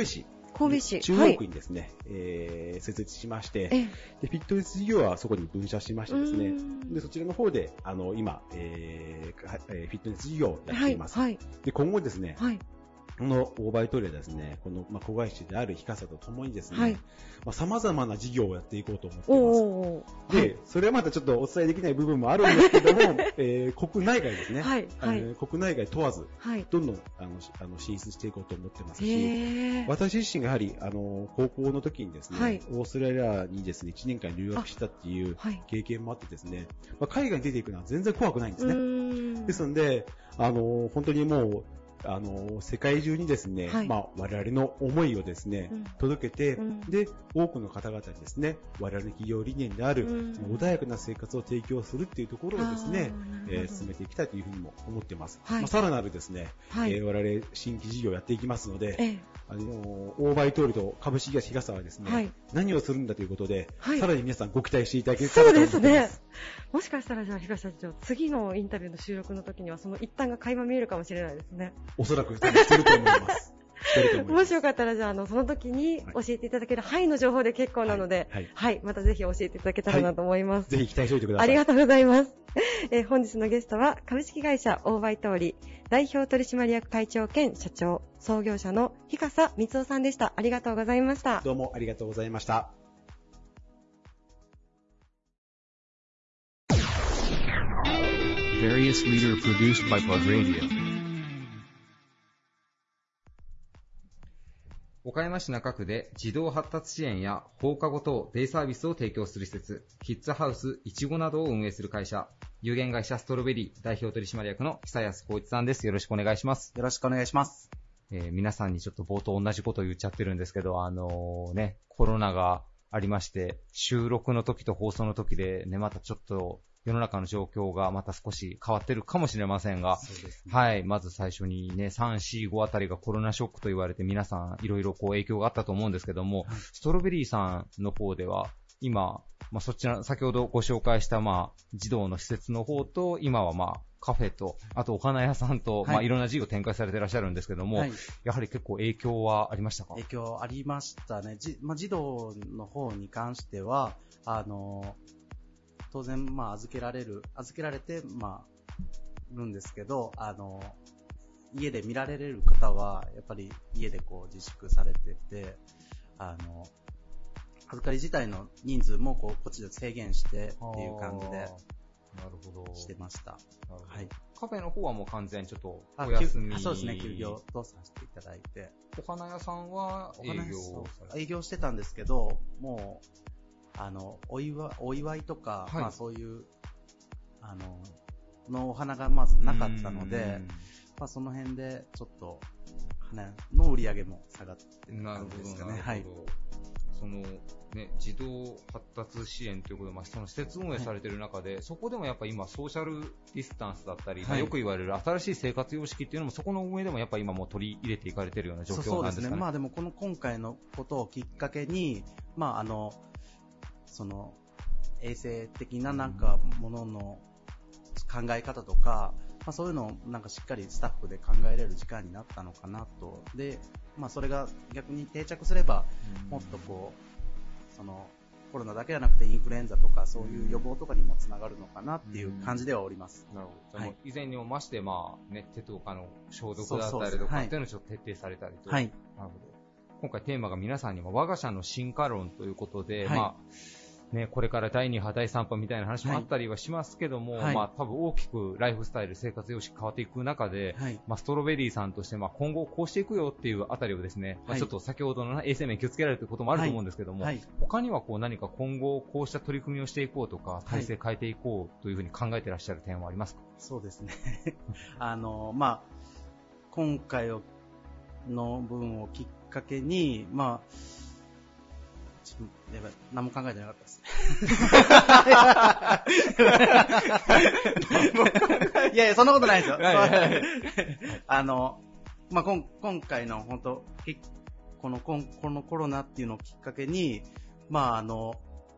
Speaker 4: 神戸市
Speaker 7: 中央区にですね、はい、えー、設立しまして、でフィットネス事業はそこに分社しましてですね、でそちらの方であの今、えー、フィットネス事業をやっています。はいはい、で今後ですね、はい、このオーバイトリアですね、この、まあ、子会社である日傘とともにですね、はい、まあ、様々な事業をやっていこうと思っています。おー、で、はい、それはまたちょっとお伝えできない部分もあるんですけども、えー、国内外ですね、はいはい、えー、国内外問わず、はい、どんどんあのあの進出していこうと思ってますし、私自身がやはりあの高校の時にですね、はい、オーストラリアにですねいちねんかん留学したっていう経験もあってですね、まあ、海外に出ていくのは全然怖くないんですね。ですので、あの本当にもうあの世界中にですね、はい、まあ、我々の思いをですね、うん、届けて、うん、で多くの方々にですね我々の企業理念である、うん、穏やかな生活を提供するっていうところをですね、えー、進めていきたいというふうにも思っています。はい、まあ、さらなるですね、はい、えー、我々新規事業をやっていきますので、ええ、あのオーバイトールと株式会社日傘はですね、はい、何をするんだということで、はい、さらに皆さんご期待していただけたらと思っています。そうですね。
Speaker 4: もしかしたらじゃあ東社長、次のインタビューの収録の時にはその一端が垣間見えるかもしれないですね。
Speaker 7: おそらくしてると思います。
Speaker 4: もしよかったらじゃあ、あのその時に教えていただける範囲の情報で結構なので、はい、はいはい、またぜひ教えていただけたらなと思います。
Speaker 7: はい、ぜひ期待しておいてください。
Speaker 4: ありがとうございます。えー、本日のゲストは株式会社オーバイトーリ代表取締役会長兼社長、創業者の日笠光夫さんでした。ありがとうございました。
Speaker 7: どうもありがとうございました。
Speaker 3: Various leader produced by Plug Radio。
Speaker 1: 岡山市中区で児童発達支援や放課後等デイサービスを提供する施設、キッズハウスいちごなどを運営する会社、有限会社ストロベリー代表取締役の久安光一さんです。よろしくお願いします。
Speaker 8: よろしくお願いします。
Speaker 1: えー、皆さんにちょっと冒頭同じことを言っちゃってるんですけど、あのー、ね、コロナがありまして、収録の時と放送の時でね、またちょっと世の中の状況がまた少し変わってるかもしれませんが、そうですね、はい、まず最初にね、さん、よん、ごあたりがコロナショックと言われて皆さんいろいろこう影響があったと思うんですけども、はい、ストロベリーさんの方では今、まあ、そちら、先ほどご紹介したまあ児童の施設の方と、今はまあカフェと、あとお花屋さんと、はい、まあいろんな事業を展開されていらっしゃるんですけども、はい、やはり結構影響はありましたか？
Speaker 8: 影響ありましたね。じまあ、児童の方に関しては、あの、当然、まあ、預けられる、預けられて、まあ、るんですけど、あの、家で見られる方は、やっぱり家でこう自粛されてて、あの、預かり自体の人数もこう、こっちで制限してっていう感じで、なるほど。してました。
Speaker 1: はい。カフェの方はもう完全にちょっとお休み。
Speaker 8: そうですね、休業とさせていただいて。
Speaker 1: お花屋さんは営業
Speaker 8: 営業してたんですけど、もう、あの、お祝い、お祝いとか、はい、まあそういう、あの、のお花がまずなかったので、まあその辺でちょっと、花の売り上げも下がってる感じですかね。はい。
Speaker 1: その、ね、児童発達支援ということで、まあ、その施設運営されている中で、はい、そこでもやっぱり今ソーシャルディスタンスだったり、はい、まあ、よく言われる新しい生活様式っていうのもそこの運営でもやっぱり今も取り入れていかれているような状況なんですかね。そうですね。
Speaker 8: まあでもこの今回のことをきっかけに、まああの、その衛生的ななんかものの考え方とか、まあそういうのをなんかしっかりスタッフで考えれる時間になったのかなと。で、まあそれが逆に定着すれば、もっとこう、そのコロナだけじゃなくてインフルエンザとかそういう予防とかにもつながるのかなっていう感じではおります。
Speaker 1: なるほど。はい、以前にもまして、まあね、手とかの消毒だったりとかっていうのをちょっと徹底されたりと。はい。なるほど。今回テーマが皆さんにも我が社の進化論ということで、はい、まあ、ね、これからだいに波、だいさん波みたいな話もあったりはしますけども、はい、まあ多分大きくライフスタイル、生活様式変わっていく中で、はい、まあストロベリーさんとして、まあ今後こうしていくよっていうあたりをですね、はい、まあ、ちょっと先ほどの衛生面気をつけられるということもあると思うんですけども、はいはい、他にはこう何か今後こうした取り組みをしていこうとか、体制変えていこうというふうに考えていらっしゃる点はありますか？
Speaker 8: そうですね。あの、まあ、今回の分をきっかけに、まあ、やばい、何も考えてなかったです。いやいや、そんなことないですよ。はいはいはい、あの、まあ、こん今回の本当、このここのコロナっていうのをきっかけに、まああの、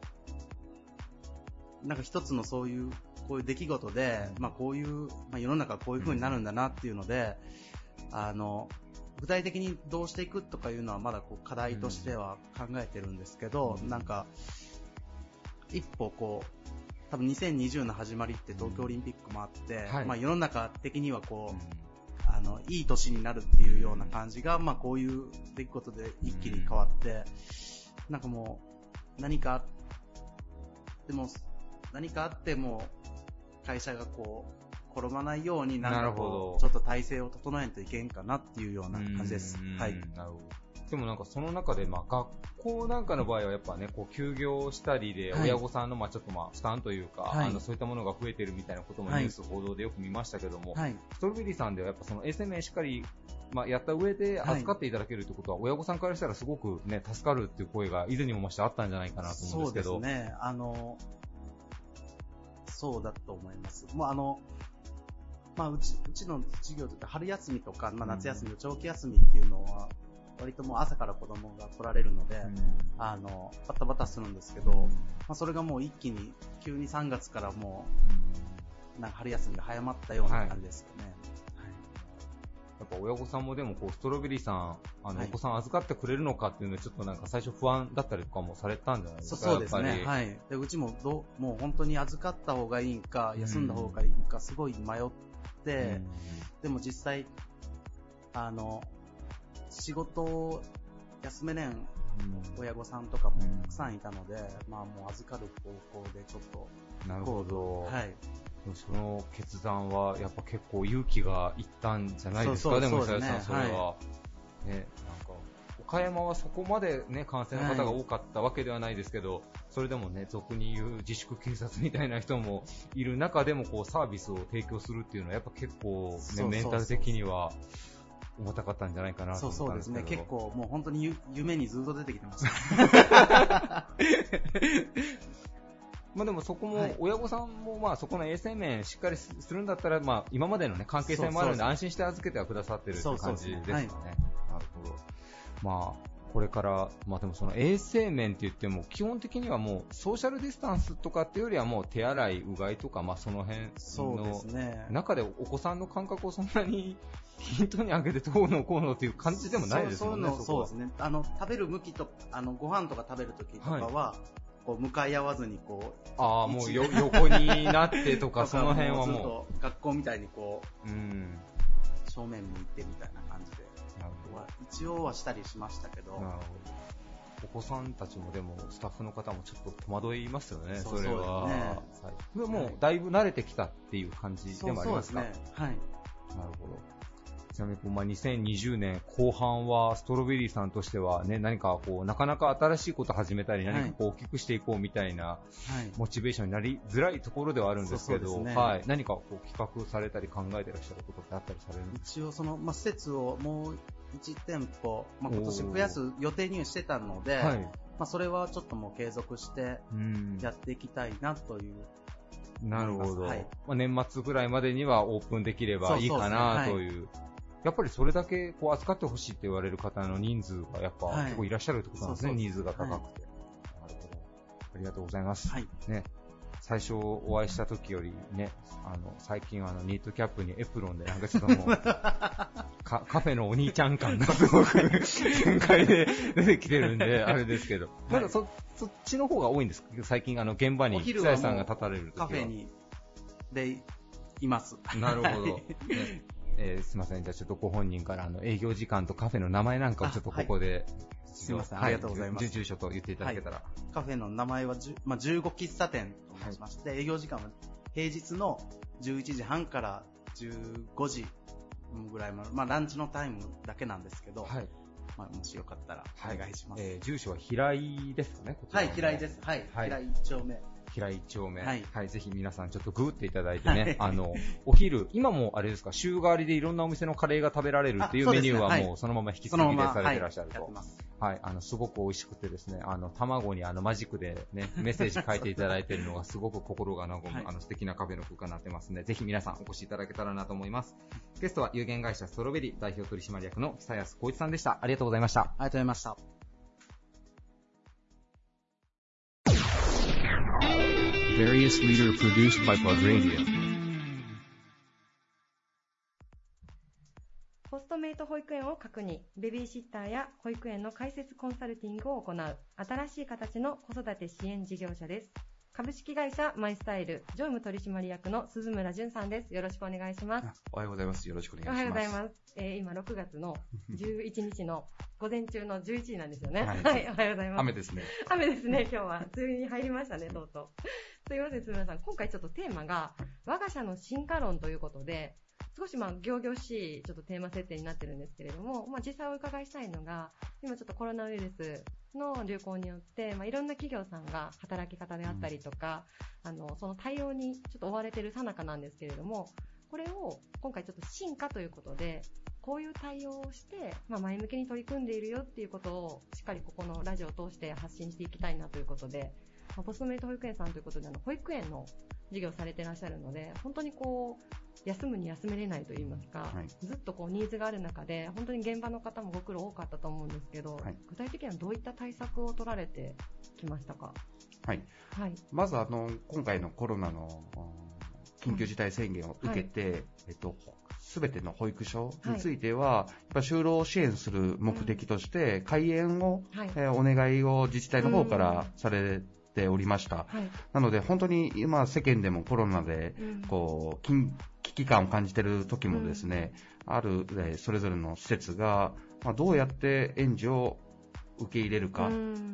Speaker 8: なんか一つのそういうこういう出来事で、まあこういう、まあ、世の中こういう風になるんだなっていうので、あの具体的にどうしていくとかいうのはまだこう課題としては考えてるんですけど、うん、なんか一歩こう多分にせんにじゅうの始まりって東京オリンピックもあって、はい、まあ世の中的にはこう、うん、あのいい年になるっていうような感じが、まあこういう出来事で一気に変わって、うん、なんかもう何かあっても何かあっても会社がこう転ばないようになんかこうちょっと体制を整えんといけんかなっていうような感じです。はい。
Speaker 1: なるほど。でもなんかその中でまあ学校なんかの場合はやっぱねこう休業したりで親御さんのまあちょっとまあ負担というか、はい、あのそういったものが増えてるみたいなこともニュース報道でよく見ましたけども、はい、ストロベリーさんではやっぱその衛生面しっかりまあやった上で預かっていただけるということは、はい、親御さんからしたらすごくね助かるっていう声が以前にも増してあったんじゃないかなと思うんですけど。
Speaker 8: そうですね。あのそうだと思います。もうあのまあ、うち、うちの授業というか春休みとか、まあ、夏休みの長期休みっていうのは、割ともう朝から子供が来られるので、うん、あの、バタバタするんですけど、うん、まあ、それがもう一気に、急にさんがつからもう、なんか春休みが早まったような感じですよね。はいはい、
Speaker 1: やっぱ親御さんもでもこう、ストロベリーさん、あの、はい、お子さん預かってくれるのかっていうのはちょっとなんか最初不安だったりとかもされたんじゃないですか。
Speaker 8: そうですね。はい。で、うちもどう、もう本当に預かった方がいいんか、休んだ方がいいんか、すごい迷って、で, でも実際あの仕事を休めねん親御さんとかもたくさんいたので、うん、まあもう預かる方向でちょっと
Speaker 1: なるほど、
Speaker 8: はい、
Speaker 1: その決断はやっぱ結構勇気がいったんじゃないですか。でも久谷さんそれは、はい、ね、なんか岡山はそこまでね感染の方が多かったわけではないですけど、はい、それでもね俗に言う自粛警察みたいな人もいる中でもこうサービスを提供するっていうのはやっぱ結構、ね、メンタル的には重たかったんじゃないかなと思ったんですけど。
Speaker 8: そうそうですね。結構もう本当に夢にずっと出てきてました。
Speaker 1: まあでもそこも親御さんもまあそこの衛生面しっかりするんだったらまあ今までのね関係性もあるので安心して預けてはくださってるって感じですかね。はい、なるほど。まあこれから、まあでもその衛生面って言っても基本的にはもうソーシャルディスタンスとかっていうよりはもう手洗い、うがいとかまあその辺の中でお子さんの感覚をそんなに均等に上げてどうのこうのっていう感じでもないですもんね。
Speaker 8: そうそうですね。あの食べる向きとあのご飯とか食べるときとかは、はい、こう向かい合わずにこう
Speaker 1: ああもうよ横になってとかその辺はも
Speaker 8: う学校みたいにこう、うん、正面向いてみたいな感じで。一応はしたりしましたけど、なるほど。
Speaker 1: お子さんたちもでもスタッフの方もちょっと戸惑いますよね。それはそれもうだいぶ慣れてきたっていう感じでもありますか。
Speaker 8: そうですね。はい。なる
Speaker 1: ほど。ちなみにまあにせんにじゅうねんこう半はストロベリーさんとしてはね何かこうなかなか新しいこと始めたり何かこう大きくしていこうみたいなモチベーションになりづらいところではあるんですけど、はい、何かこう企画されたり考えてらっしゃることってあったりされるんですか。
Speaker 8: 一応そのまあ施設をもういち店舗、まあ、今年増やす予定にはしてたので、はい、まあ、それはちょっともう継続してやっていきたいなという。
Speaker 1: なるほど。はい、まあ、年末ぐらいまでにはオープンできればいいかなという。そうそうですね。はい、やっぱりそれだけこう扱ってほしいって言われる方の人数がやっぱ結構いらっしゃるってことなんですね。はい、ニーズが高くて。はい、なるほど。ありがとうございます。はい、ね。最初お会いした時よりね、あの最近はあのニットキャップにエプロンでなんかちょっともうカフェのお兄ちゃん感がすごく展開で出てきてるんであれですけど、まだ そ, そっちの方が多いんですか。最近あの現場に久谷さんが立たれる時は
Speaker 8: カフェにでいます。
Speaker 1: なるほど。ね、えー、すみません。じゃあちょっとご本人からあの営業時間とカフェの名前なんかをちょっとここで。
Speaker 8: すみません、ありがとうございます。
Speaker 1: 住所と言っていただけたら。はい、
Speaker 8: カフェの名前は、まあ、じゅうご喫茶店と申しまして、はい、営業時間は平日のじゅういちじはんからじゅうごじぐらいまで、まあ、ランチのタイムだけなんですけど、はい、まあ、もしよかったらお願いします。はい、
Speaker 1: えー、住所は平井ですかね、こちら
Speaker 8: はい、平井です。はい、はい、平井いっ丁目。
Speaker 1: 平井いっ丁目、はい、はい、ぜひ皆さんちょっとグーっていただいてね、はい、あのお昼今もあれですか、週替わりでいろんなお店のカレーが食べられるっていうメニューはもうそのまま引き継ぎでされてらっしゃると、はい、はい、あのすごく美味しくてですね、あの卵にあのマジックでねメッセージ書いていただいているのがすごく心が和む、はい、あの素敵なカフェの空間になってますので、ぜひ皆さんお越しいただけたらなと思います。ゲストは有限会社ストロベリー代表取締役の久安光一さんでした。ありがとうございました。あ
Speaker 8: りがとうございました。
Speaker 3: Various leader produced by Plug Radio.
Speaker 4: ポストトメイト保育園を核に、ベビーシッターや保育園の開設コンサルティングを行う、新しい形の子育て支援事業者です。株式会社マイスタイル常務取締役の鈴村淳さんです。よろしくお願いします。
Speaker 9: おはようございます。よろしくお願いします。
Speaker 4: おはようございます。えー、今ろくがつのじゅういちにちの午前中のじゅういちじなんですよね。はい、はい、おはようございます。
Speaker 9: 雨ですね。
Speaker 4: 雨ですね、今日は。梅雨に入りましたね、とうとう。すいません、鈴村さん。今回ちょっとテーマが、我が社の進化論ということで、少しまあ、仰々しいちょっとテーマ設定になってるんですけれども、まあ実際お伺いしたいのが、今ちょっとコロナウイルスの流行によって、まあいろんな企業さんが働き方であったりとか、うん、あの、その対応にちょっと追われてる最中なんですけれども、これを今回ちょっと進化ということで、こういう対応をして、まあ前向きに取り組んでいるよっていうことを、しっかりここのラジオを通して発信していきたいなということで、まあ、ポストメイト保育園さんということで、あの、保育園の事業されていらっしゃるので、本当にこう、休むに休めれないと言いますか、はい、ずっとこうニーズがある中で、本当に現場の方もご苦労多かったと思うんですけど、はい、具体的にはどういった対策を取られてきましたか？
Speaker 9: はい。はい、まずあの、今回のコロナの緊急事態宣言を受けて、はい、えっと、すべての保育所については、はい、やっぱ就労を支援する目的として、開園を、はい、えー、お願いを自治体の方からされて、ておりました、はい、なので本当に今世間でもコロナでこう、うん、危機感を感じている時もですね、うん、ある、えー、それぞれの施設が、まあ、どうやって園児を受け入れるか、うん、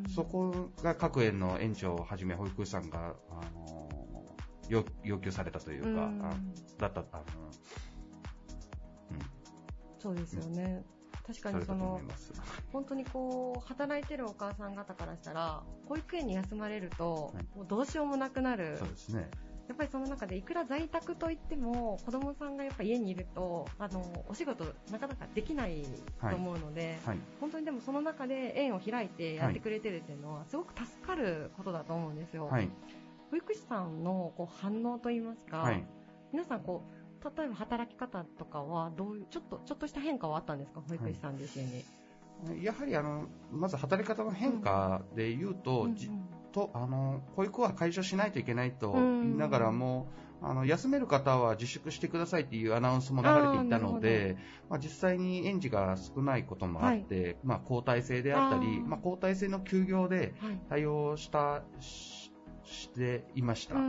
Speaker 9: そこが各園の園長をはじめ保育士さんが、あのー、要求されたというか、うん、あだった、あの、
Speaker 4: うん、そうですよね、うん、確かにその本当にこう働いてるお母さん方からしたら保育園に休まれると、はい、もうどうしようもなくなる。
Speaker 9: そうですね。
Speaker 4: やっぱりその中でいくら在宅といっても子供さんがやっぱ家にいるとあのお仕事なかなかできないと思うので、はいはい、本当にでもその中で園を開いてやってくれてるっていうのはすごく助かることだと思うんですよ。はい、保育士さんのこう反応といいますか、皆さんこう例えば働き方とかはどういうちょっとちょっとした変化はあったんですか、保育士さん自身に。
Speaker 9: はい、やはりあのまず働き方の変化で言うと、うんうん、とあの保育は解消しないといけないと言いながらも、うん、あの休める方は自粛してくださいというアナウンスも流れていたので、まあ、実際に園児が少ないこともあって、はい、まあ、交代制であったり、まあ、交代制の休業で対応した、はい、し, していました。うん、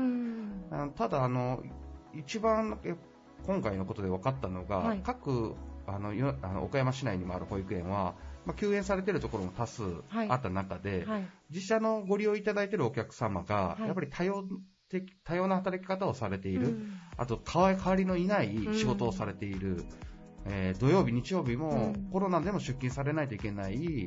Speaker 9: あのただあの一番今回のことで分かったのが、はい、各あのあの岡山市内にもある保育園は、まあ、休園されているところも多数あった中で、はいはい、自社のご利用いただいているお客様が、はい、やっぱり多様的多様な働き方をされている、うん、あと代わりのいない仕事をされている、うん、えー、土曜日日曜日もコロナでも出勤されないといけない、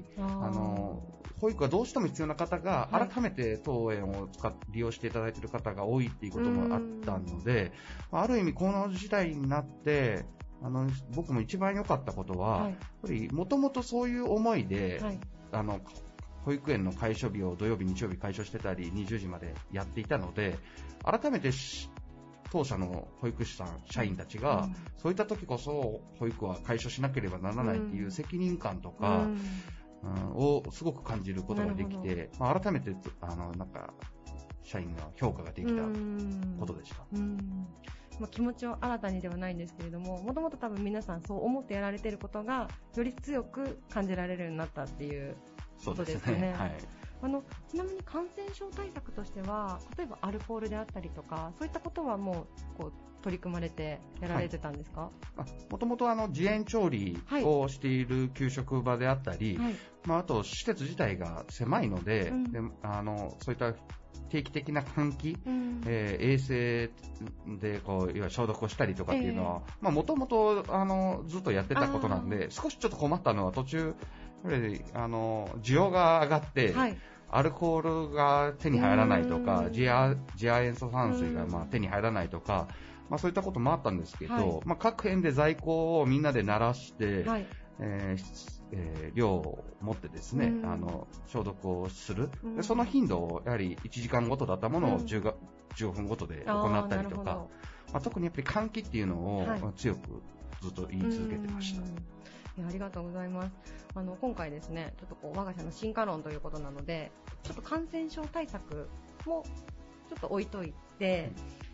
Speaker 9: うん、あの保育がどうしても必要な方が改めて当園を使っ利用していただいている方が多いっていうこともあったので、うん、ある意味この時代になってあの僕も一番良かったことは、はい、やっぱりもともとそういう思いで、はい、あの保育園の開所日を土曜日日曜日開所してたりにじゅうじまでやっていたので、改めて当社の保育士さん社員たちが、うん、そういった時こそ保育は開所しなければならないっていう責任感とか、うんうん、をすごく感じることができて、まあ、改めてあのなんか社員の評価ができたことでした。うんうん、
Speaker 4: まあ、気持ちを新たにではないんですけれども、もともと多分皆さんそう思ってやられていることがより強く感じられるようになったっていうことですよね。そうですね。はい。あのちなみに感染症対策としては、例えばアルコールであったりとか、そういったことはもうこう取り組まれてやられてたんですか？
Speaker 9: もともと自園調理をしている給食場であったり、はい、まあ、あと施設自体が狭いので、うん、であのそういった定期的な換気、うん、えー、衛生でこういわゆる消毒をしたりとかっていうのは、もともとずっとやってたことなんで、少しちょっと困ったのは途中やっぱりあの需要が上がって、はい、アルコールが手に入らないとか、次亜塩素酸水がまあ手に入らないとか、まあ、そういったこともあったんですけど、はい、まあ、各園で在庫をみんなで鳴らして、はい、えーえー、量を持ってですね、あの消毒をする、でその頻度をやはりいちじかんごとだったものを じゅう, がじゅうごふんごとで行ったりとか、まあ、特にやっぱり換気っていうのを強くずっと言い続けてました。
Speaker 4: いや、ありがとうございます。あの今回ですね、ちょっとこう我が社の進化論ということなので、ちょっと感染症対策もちょっと置いといて、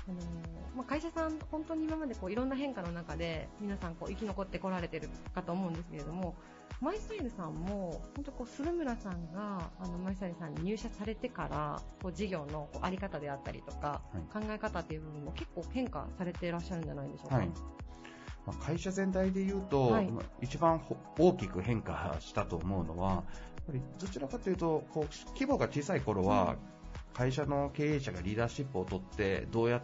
Speaker 4: あのまあ、会社さん本当に今までこういろんな変化の中で皆さんこう生き残ってこられてるかと思うんですけれども、マイスタイルさんも本当こう鈴村さんがあのマイスタイルさんに入社されてからこう事業のこうあり方であったりとか、はい、考え方っていう部分も結構変化されていらっしゃるんじゃないでしょうか。はい、
Speaker 9: まあ、会社全体でいうと、はい、一番大きく変化したと思うのはやっぱりどちらかというとこう規模が小さい頃は、うん、会社の経営者がリーダーシップを取ってどうやって、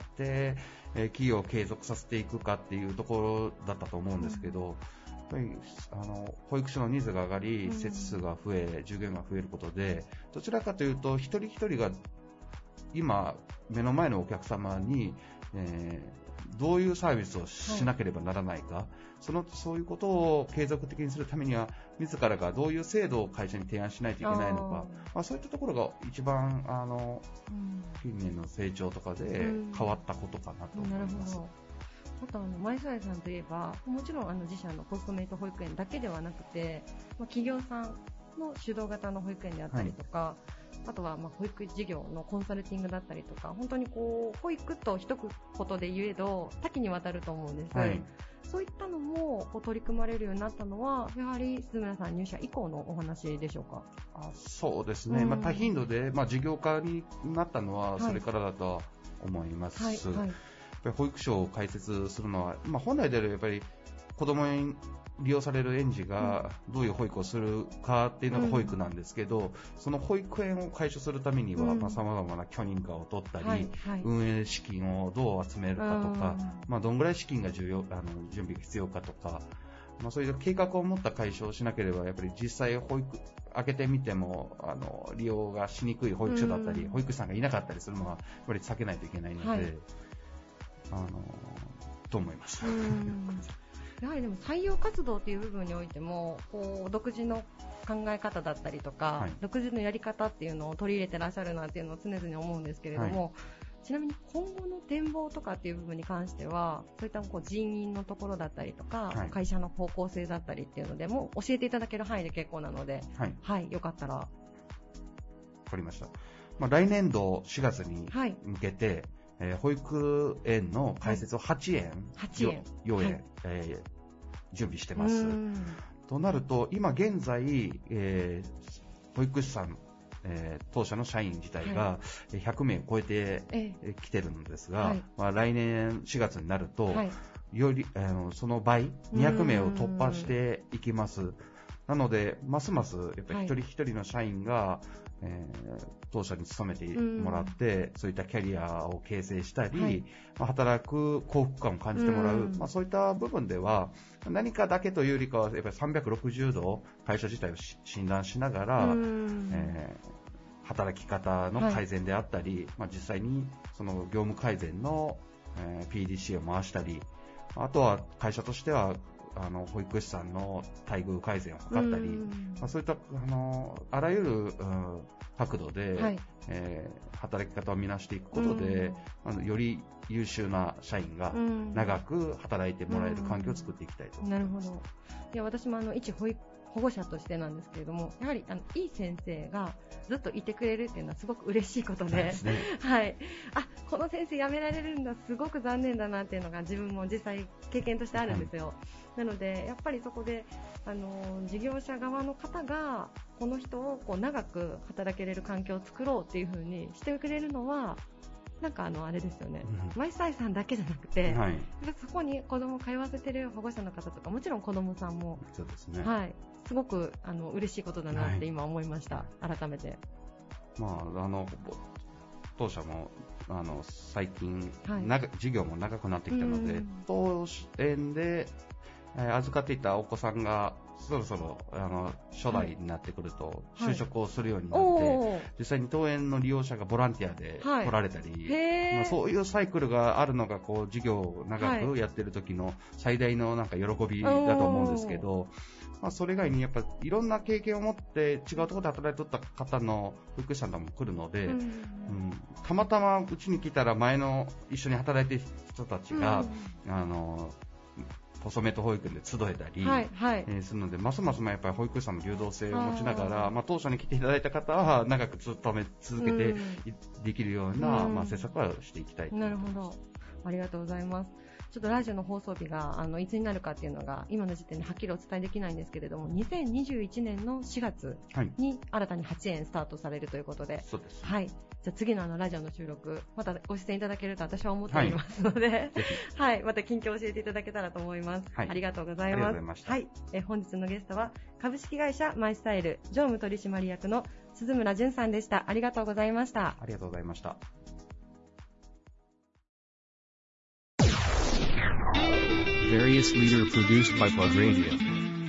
Speaker 9: えー、企業を継続させていくかっていうところだったと思うんですけど、うん、やっぱりあの保育所のニーズが上がり、施設数が増え、従業員が増えることでどちらかというと一人一人が今目の前のお客様に、えーどういうサービスをしなければならないか、はい、そのそういうことを継続的にするためには自らがどういう制度を会社に提案しないといけないのか、あまあ、そういったところが一番あの、うん、近年の成長とかで変わったことかなと思います。うん、なるほど。
Speaker 4: あとあの前添さんといえばもちろんあの自社のポストメイト保育園だけではなくて、まあ、企業さんの主導型の保育園であったりとか、はい、あとはまあ保育事業のコンサルティングだったりとか、本当にこう保育と一言で言えど多岐にわたると思うんです、はい、そういったのもこう取り組まれるようになったのはやはり鈴村さん入社以降のお話でしょうか。
Speaker 9: あそうですね、うんまあ、多頻度で、まあ、事業化になったのはそれからだと思います、はいはいはい、やっぱり保育所を開設するのは、まあ、本来であればやっぱり子供に利用される園児がどういう保育をするかっていうのが保育なんですけど、うん、その保育園を解消するためには、うんまあ、様々な許認可を取ったり、はいはい、運営資金をどう集めるかとか、まあ、どんぐらい資金が重要あの準備が必要かとか、まあ、そういう計画を持った解消をしなければやっぱり実際保育開けてみてもあの利用がしにくい保育所だったり、うん、保育士さんがいなかったりするのはやっぱり避けないといけないので、はい、あのと思います。うん
Speaker 4: やはりでも採用活動という部分においてもこう独自の考え方だったりとか、はい、独自のやり方っていうのを取り入れてらっしゃるなっていうのを常々思うんですけれども、はい、ちなみに今後の展望とかっていう部分に関してはそういったこう人員のところだったりとか、はい、会社の方向性だったりっていうのでも教えていただける範囲で結構なので、はいはい、よかったら。わ
Speaker 9: かりました。まあ、来年度しがつに向けて、はいえー、保育園の開設をはちえん、
Speaker 4: はちえん
Speaker 9: よえん、はいえー、準備してます。となると今現在、えー、保育士さん、えー、当社の社員自体がひゃくめいを超えてきてるんですが、はいまあ、来年しがつになると、はい、より、えー、その倍にひゃくめいを突破していきます。なのでますますやっぱり一人一人の社員が、はいえー、当社に勤めてもらって、うん、そういったキャリアを形成したり、はいまあ、働く幸福感を感じてもらう、うんまあ、そういった部分では何かだけというよりかはやっぱりさんびゃくろくじゅうど会社自体を診断しながら、うんえー、働き方の改善であったり、はいまあ、実際にその業務改善の、えー、ピーディーシー を回したりあとは会社としてはあの保育士さんの待遇改善を図ったり、まあ、そういったあのあらゆる、うん、角度で、はいえー、働き方を見直していくことで、あのより優秀な社員が長く働いてもらえる環境を作っていきたいと思います。
Speaker 4: なるほど。いや私もあの一保育保護者としてなんですけれどもやはりあのいい先生がずっといてくれるっていうのはすごく嬉しいこと で, です、ねはい、あこの先生辞められるんだすごく残念だなっていうのが自分も実際経験としてあるんですよ、はい、なのでやっぱりそこであの事業者側の方がこの人をこう長く働けれる環境を作ろうっていう風にしてくれるのはなんかあのあれですよね、うん、マイスタイさんだけじゃなくて、はい、そこに子供を通わせてる保護者の方とかもちろん子供さんも
Speaker 9: そうですね、
Speaker 4: はい、すごくあの嬉しいことだなって今思いました、はい、改めて、
Speaker 9: まあ、あの当社もあの最近、はい、長事業も長くなってきたので当園で、えー、預かっていたお子さんがそろそろあの初代になってくると就職をするようになって、はい、実際に当園の利用者がボランティアで来られたり、はいまあ、そういうサイクルがあるのがこう事業を長くやってる時の最大のなんか喜びだと思うんですけど、まあ、それ以外にやっぱいろんな経験を持って違うところで働いておった方の保育士さんも来るので、うんうん、たまたまうちに来たら前の一緒に働いている人たちが、うん、あのポソメと保育園で集えたり、はいはいえー、するのでますますやっぱり保育士さんの流動性を持ちながら、まあ、当初に来ていただいた方は長く勤め続けてできるような、うんまあ、施策はしていきたいと思います。
Speaker 4: なるほど。 ありがとうございます。ちょっとラジオの放送日があのいつになるかっていうのが今の時点ではっきりお伝えできないんですけれども、にせんにじゅういちねんのしがつに新たにはちえんスタートされるということで、
Speaker 9: そうです。
Speaker 4: はい。じゃあ次のあのラジオの収録、またご出演いただけると私は思っておりますので、はい、はい、また近況を教えていただけたらと思います。はい、ありがとうございます。ありがとうございました。はい。え本日のゲストは株式会社マイスタイル常務取締役の鈴村淳さんでした。ありがとうございました。
Speaker 9: ありがとうございました。
Speaker 3: Various leader produced by Plug Radio。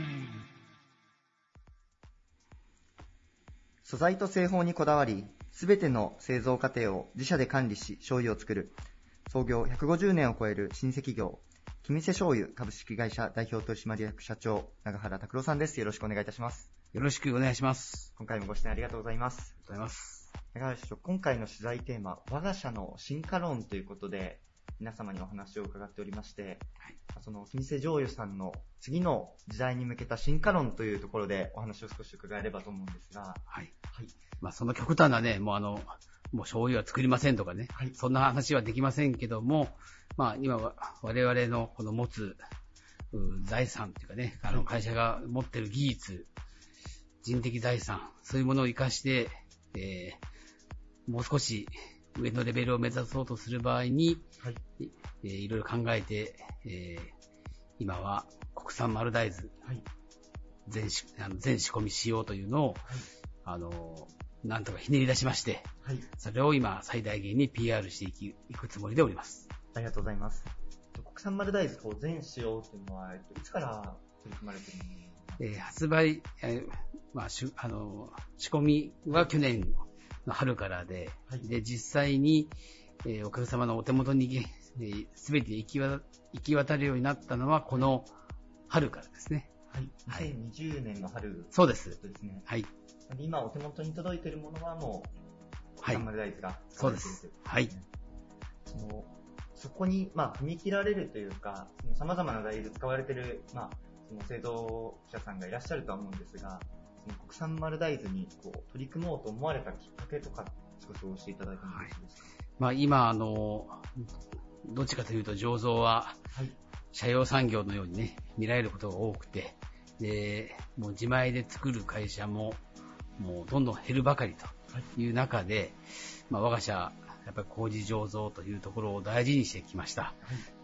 Speaker 10: 素材と製法にこだわり、すべての製造過程を自社で管理し醤油を作る、創業ひゃくごじゅうねんを超える老舗企業キミセ醤油株式会社代表取締役社長永原拓郎さんです。よろしくお願いいたします。
Speaker 11: よろしくお願いします。
Speaker 10: 今回もご出演ありがとうございます。
Speaker 11: ありがとうございます。
Speaker 10: 永原社長、今回の取材テーマ、我が社の進化論ということで皆様にお話を伺っておりまして、はい、そのキミセ醤油さんの次の時代に向けた進化論というところでお話を少し伺えればと思うんですが、
Speaker 11: はい、はい、まあ、その極端なね、もうあのもう醤油は作りませんとかね、はい、そんな話はできませんけども、まあ、今は我々のこの持つ財産というかね、あの会社が持っている技術、人的財産、そういうものを生かして、えー、もう少し上のレベルを目指そうとする場合に、はい、えー、いろいろ考えて、えー、今は国産丸大豆、はい、全しあの全仕込みしようというのを、はい、あのなんとかひねり出しまして、はい、それを今最大限に ピーアール していきいくつもりでおります。
Speaker 10: ありがとうございます。国産丸大豆を全使用というのは、いつから取り組まれているのですか？
Speaker 11: えー、発売、えーまあ、しあの仕込みは去年の春からで、はい、で実際に、えー、お客様のお手元にすべ、えー、て行きわ行き渡るようになったのはこの春からですね。
Speaker 10: はい。にせんにじゅうねんの春、
Speaker 11: そうです。
Speaker 10: ですね。
Speaker 11: はい。
Speaker 10: 今お手元に届いているものはもう国産丸大豆が
Speaker 11: 使われているということですね。
Speaker 10: そうです。はい。そのそこにまあ踏み切られるというか、さまざまな大豆使われているまあその製造者さんがいらっしゃるとは思うんですが、その国産丸大豆にこう取り組もうと思われたきっかけとか少し教えていただいてもよろしいですか？はい、
Speaker 11: まあ今あのどっちかというと醸造は社用産業のようにね見られることが多くて、でもう自前で作る会社ももうどんどん減るばかりという中で、はい、まあ我が社やっぱり麹醸造というところを大事にしてきました。はい、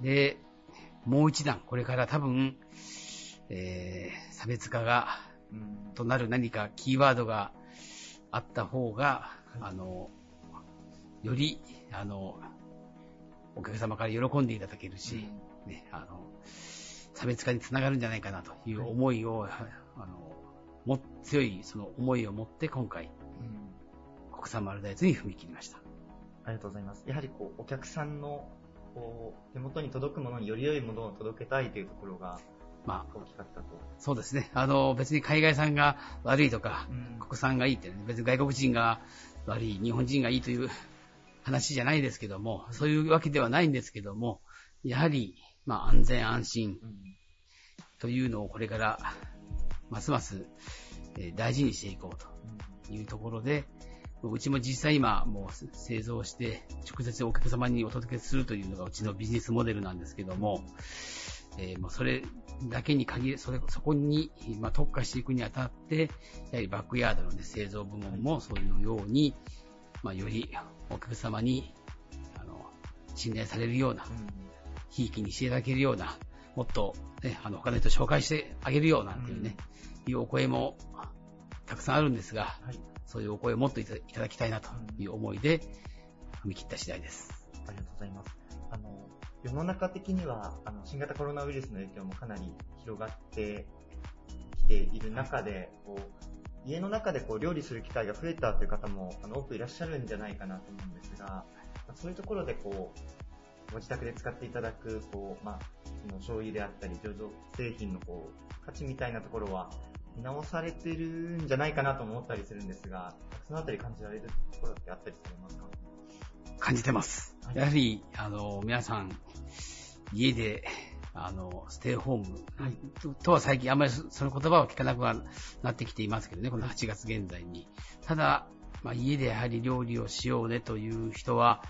Speaker 11: でもう一段これから多分、えー、差別化がとなる何かキーワードがあった方が、はい、あのよりあのお客様から喜んでいただけるし、うんね、あの差別化につながるんじゃないかなという思いを、はい、あのも強いその思いを持って今回、うん、国産丸大豆に踏み切りました。
Speaker 10: ありがとうございます。やはりこうお客さんのこう手元に届くものにより良いものを届けたいというところがまあ、大きかったと。
Speaker 11: そうですね。あの別に海外産が悪いとか、うん、国産がいいって、ね、別に外国人が悪い、日本人がいいという話じゃないですけども、そういうわけではないんですけども、やはり、まあ、安全安心というのをこれからますます、えー、大事にしていこうというところで、うちも実際今もう製造して直接お客様にお届けするというのがうちのビジネスモデルなんですけども、えー、もうそれだけに限り、それ、そこに、まあ、特化していくにあたって、やはりバックヤードの、ね、製造部門もそういうように、まあ、よりお客様にあの信頼されるような、ひいきにしていただけるような、もっと、ね、あの他の人紹介してあげるようなというね、うん、いうお声もたくさんあるんですが、はい、そういうお声をもっといただきたいなという思いで踏み切った次第です。
Speaker 10: ありがとうございます。あの世の中的にはあの新型コロナウイルスの影響もかなり広がってきている中で、こう家の中でこう料理する機会が増えたという方もあの多くいらっしゃるんじゃないかなと思うんですが、そういうところでこうご自宅で使っていただくこう、まあ、その醤油であったり醸造製品のこう価値みたいなところは見直されてるんじゃないかなと思ったりするんですが、そのあたり感じられるところってあったりされますか？
Speaker 11: 感じてます。はい、やはりあの皆さん家であのステイホーム、はい、と, とは最近あんまりその言葉を聞かなくなってきていますけどね、このはちがつ現在に。ただ、まあ、家でやはり料理をしようねという人は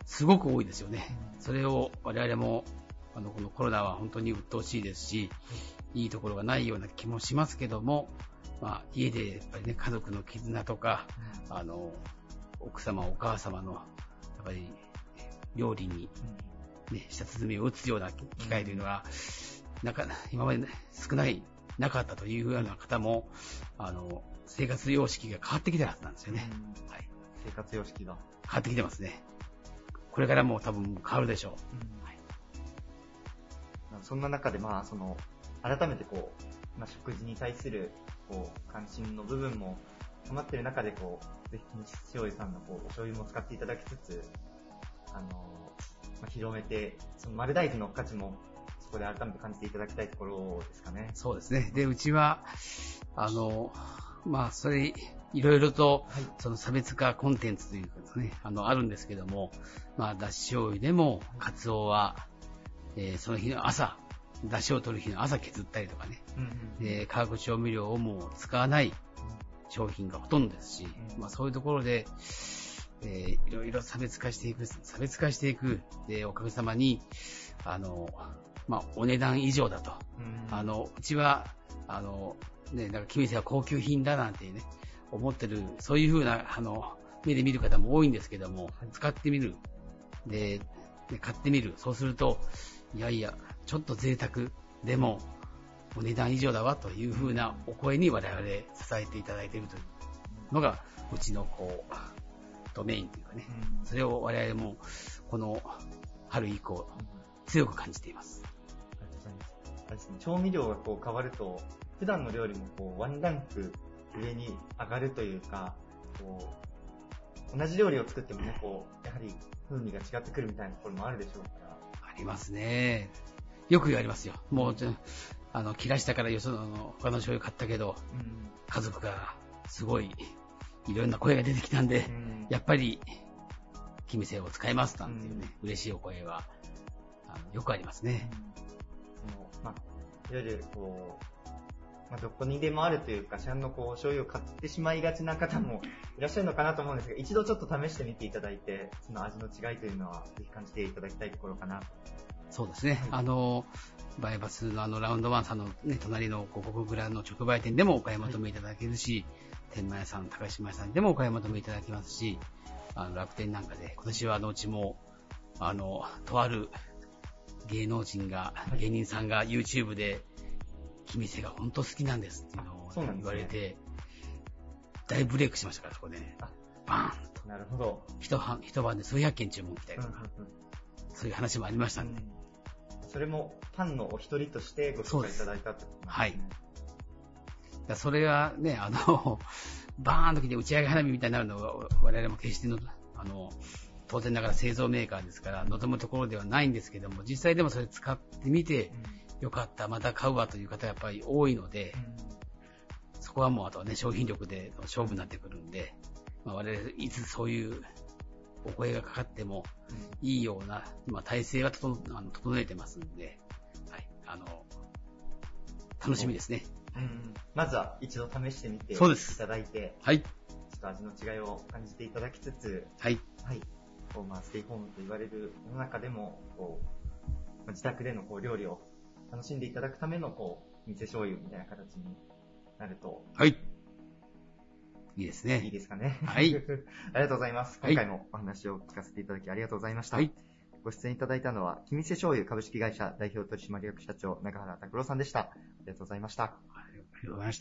Speaker 11: すごく多いですよね。それを我々も、あの、このコロナは本当に鬱陶しいですし、いいところがないような気もしますけども、まあ、家でやっぱりね、家族の絆とか、あの、奥様、お母様の、やっぱり、料理に、ね、舌鼓を打つような機会というのが、なか今まで少ない、なかったというような方も、あの、生活様式が変わってきてるはずなんですよね。はい、
Speaker 10: 生活様式が
Speaker 11: 変わってきてますね。これからも多分変わるでしょう。うんはい、
Speaker 10: そんな中で、まあ、その、改めてこう、まあ、食事に対する、こう、関心の部分も溜まっている中で、こう、ぜひ、西醤油さんのこう、お醤油も使っていただきつつ、あの、まあ、広めて、その丸大豆の価値も、そこで改めて感じていただきたいところですかね。
Speaker 11: そうですね。で、うちは、あの、まあ、それ、いろいろと、その差別化コンテンツというかですね、あの、あるんですけども、まあ、だし醤油でも、カツオは、えー、その日の朝、だしを取る日の朝削ったりとかね、うんうん、で化学調味料をもう使わない商品がほとんどですし、うんまあ、そういうところで、えー、いろいろ差別化していく、差別化していく、で、おかげさまに、あの、まあ、お値段以上だと。うん、あの、うちは、あの、ね、なんか、キミセは高級品だなんてね、思ってる、そういうふうな、あの、目で見る方も多いんですけども、使ってみる。で、で買ってみる。そうすると、いやいや、ちょっと贅沢でもお値段以上だわというふうなお声に我々支えていただいているというのがうちのこうドメインというかね、うん、それを我々もこの春以降強く感じています。
Speaker 10: ありがとうございます。あれですね、調味料がこう変わると普段の料理もこうワンランク上に上がるというか、こう同じ料理を作ってもね、こうやはり風味が違ってくるみたいなところもあるでしょうから。
Speaker 11: ありますね。よく言われますよ。もう、あの、切らしたからよその他の醤油買ったけど、うん、家族がすごいいろんな声が出てきたんで、うん、やっぱり、キミセを使いますなんていうね、うん、嬉しいお声はあのよくありますね。
Speaker 10: うん、そのまあ、いわゆるこう、まあ、どこにでもあるというか、市販のこう醤油を買ってしまいがちな方もいらっしゃるのかなと思うんですが、一度ちょっと試してみていただいて、その味の違いというのはぜひ感じていただきたいところかな。
Speaker 11: そうですね。はい、あの、バイパスのあのラウンドワンさんのね、隣の五穀蔵の直売店でもお買い求めいただけるし、はい、天満屋さん、高島屋さんでもお買い求めいただけますし、あの楽天なんかで、今年はあのうちも、あの、とある芸能人が、はい、芸人さんが YouTube で、キミセが本当好きなんですっていうのを言われて、ね、大ブレイクしましたから、そこで、ね、バーンと。
Speaker 10: なるほど。
Speaker 11: 一晩、一晩で数百件注文来たりとか、うんうんうん、そういう話もありましたんで。うん
Speaker 10: それもファンのお一人としてご紹介いただいたってことですね。
Speaker 11: はい。だそれがね、あの、バーンと来て打ち上げ花火みたいになるのは我々も決しての、あの、当然ながら製造メーカーですから望むところではないんですけども、実際でもそれ使ってみて、うん、よかった、また買うわという方がやっぱり多いので、うん、そこはもうあとはね、商品力で勝負になってくるんで、まあ、我々いつそういうお声がかかってもいいような、まあ、体制は整えてますんで、はい、あの、楽しみですね。
Speaker 10: うん、まずは一度試してみていただいて、
Speaker 11: はい。ち
Speaker 10: ょっと味の違いを感じていただきつつ、
Speaker 11: はい。
Speaker 10: はい。こうまあ、ステイホームと言われる世の中でも、こう、まあ、自宅でのこう料理を楽しんでいただくための、こう、店醤油みたいな形になると、
Speaker 11: はい。いいですね。
Speaker 10: いいですかね。
Speaker 11: はい。
Speaker 10: ありがとうございます。今回もお話を聞かせていただきありがとうございました。はい。ご出演いただいたのは、キミセ醤油株式会社代表取締役社長、中原拓郎さんでした。ありがとうございました。あ
Speaker 11: りがとうございました。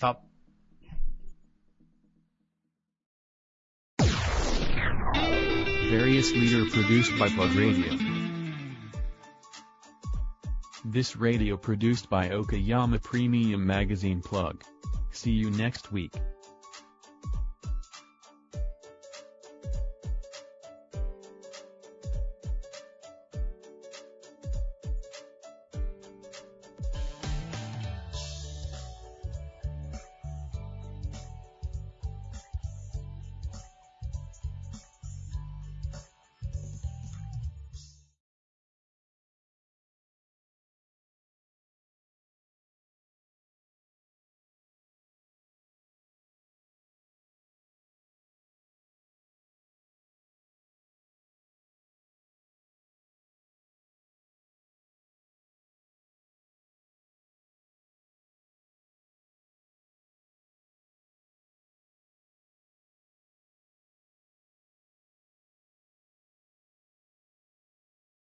Speaker 3: Various leader produced by Plug Radio. This radio produced by Okayama Premium Magazine Plug. See you next week.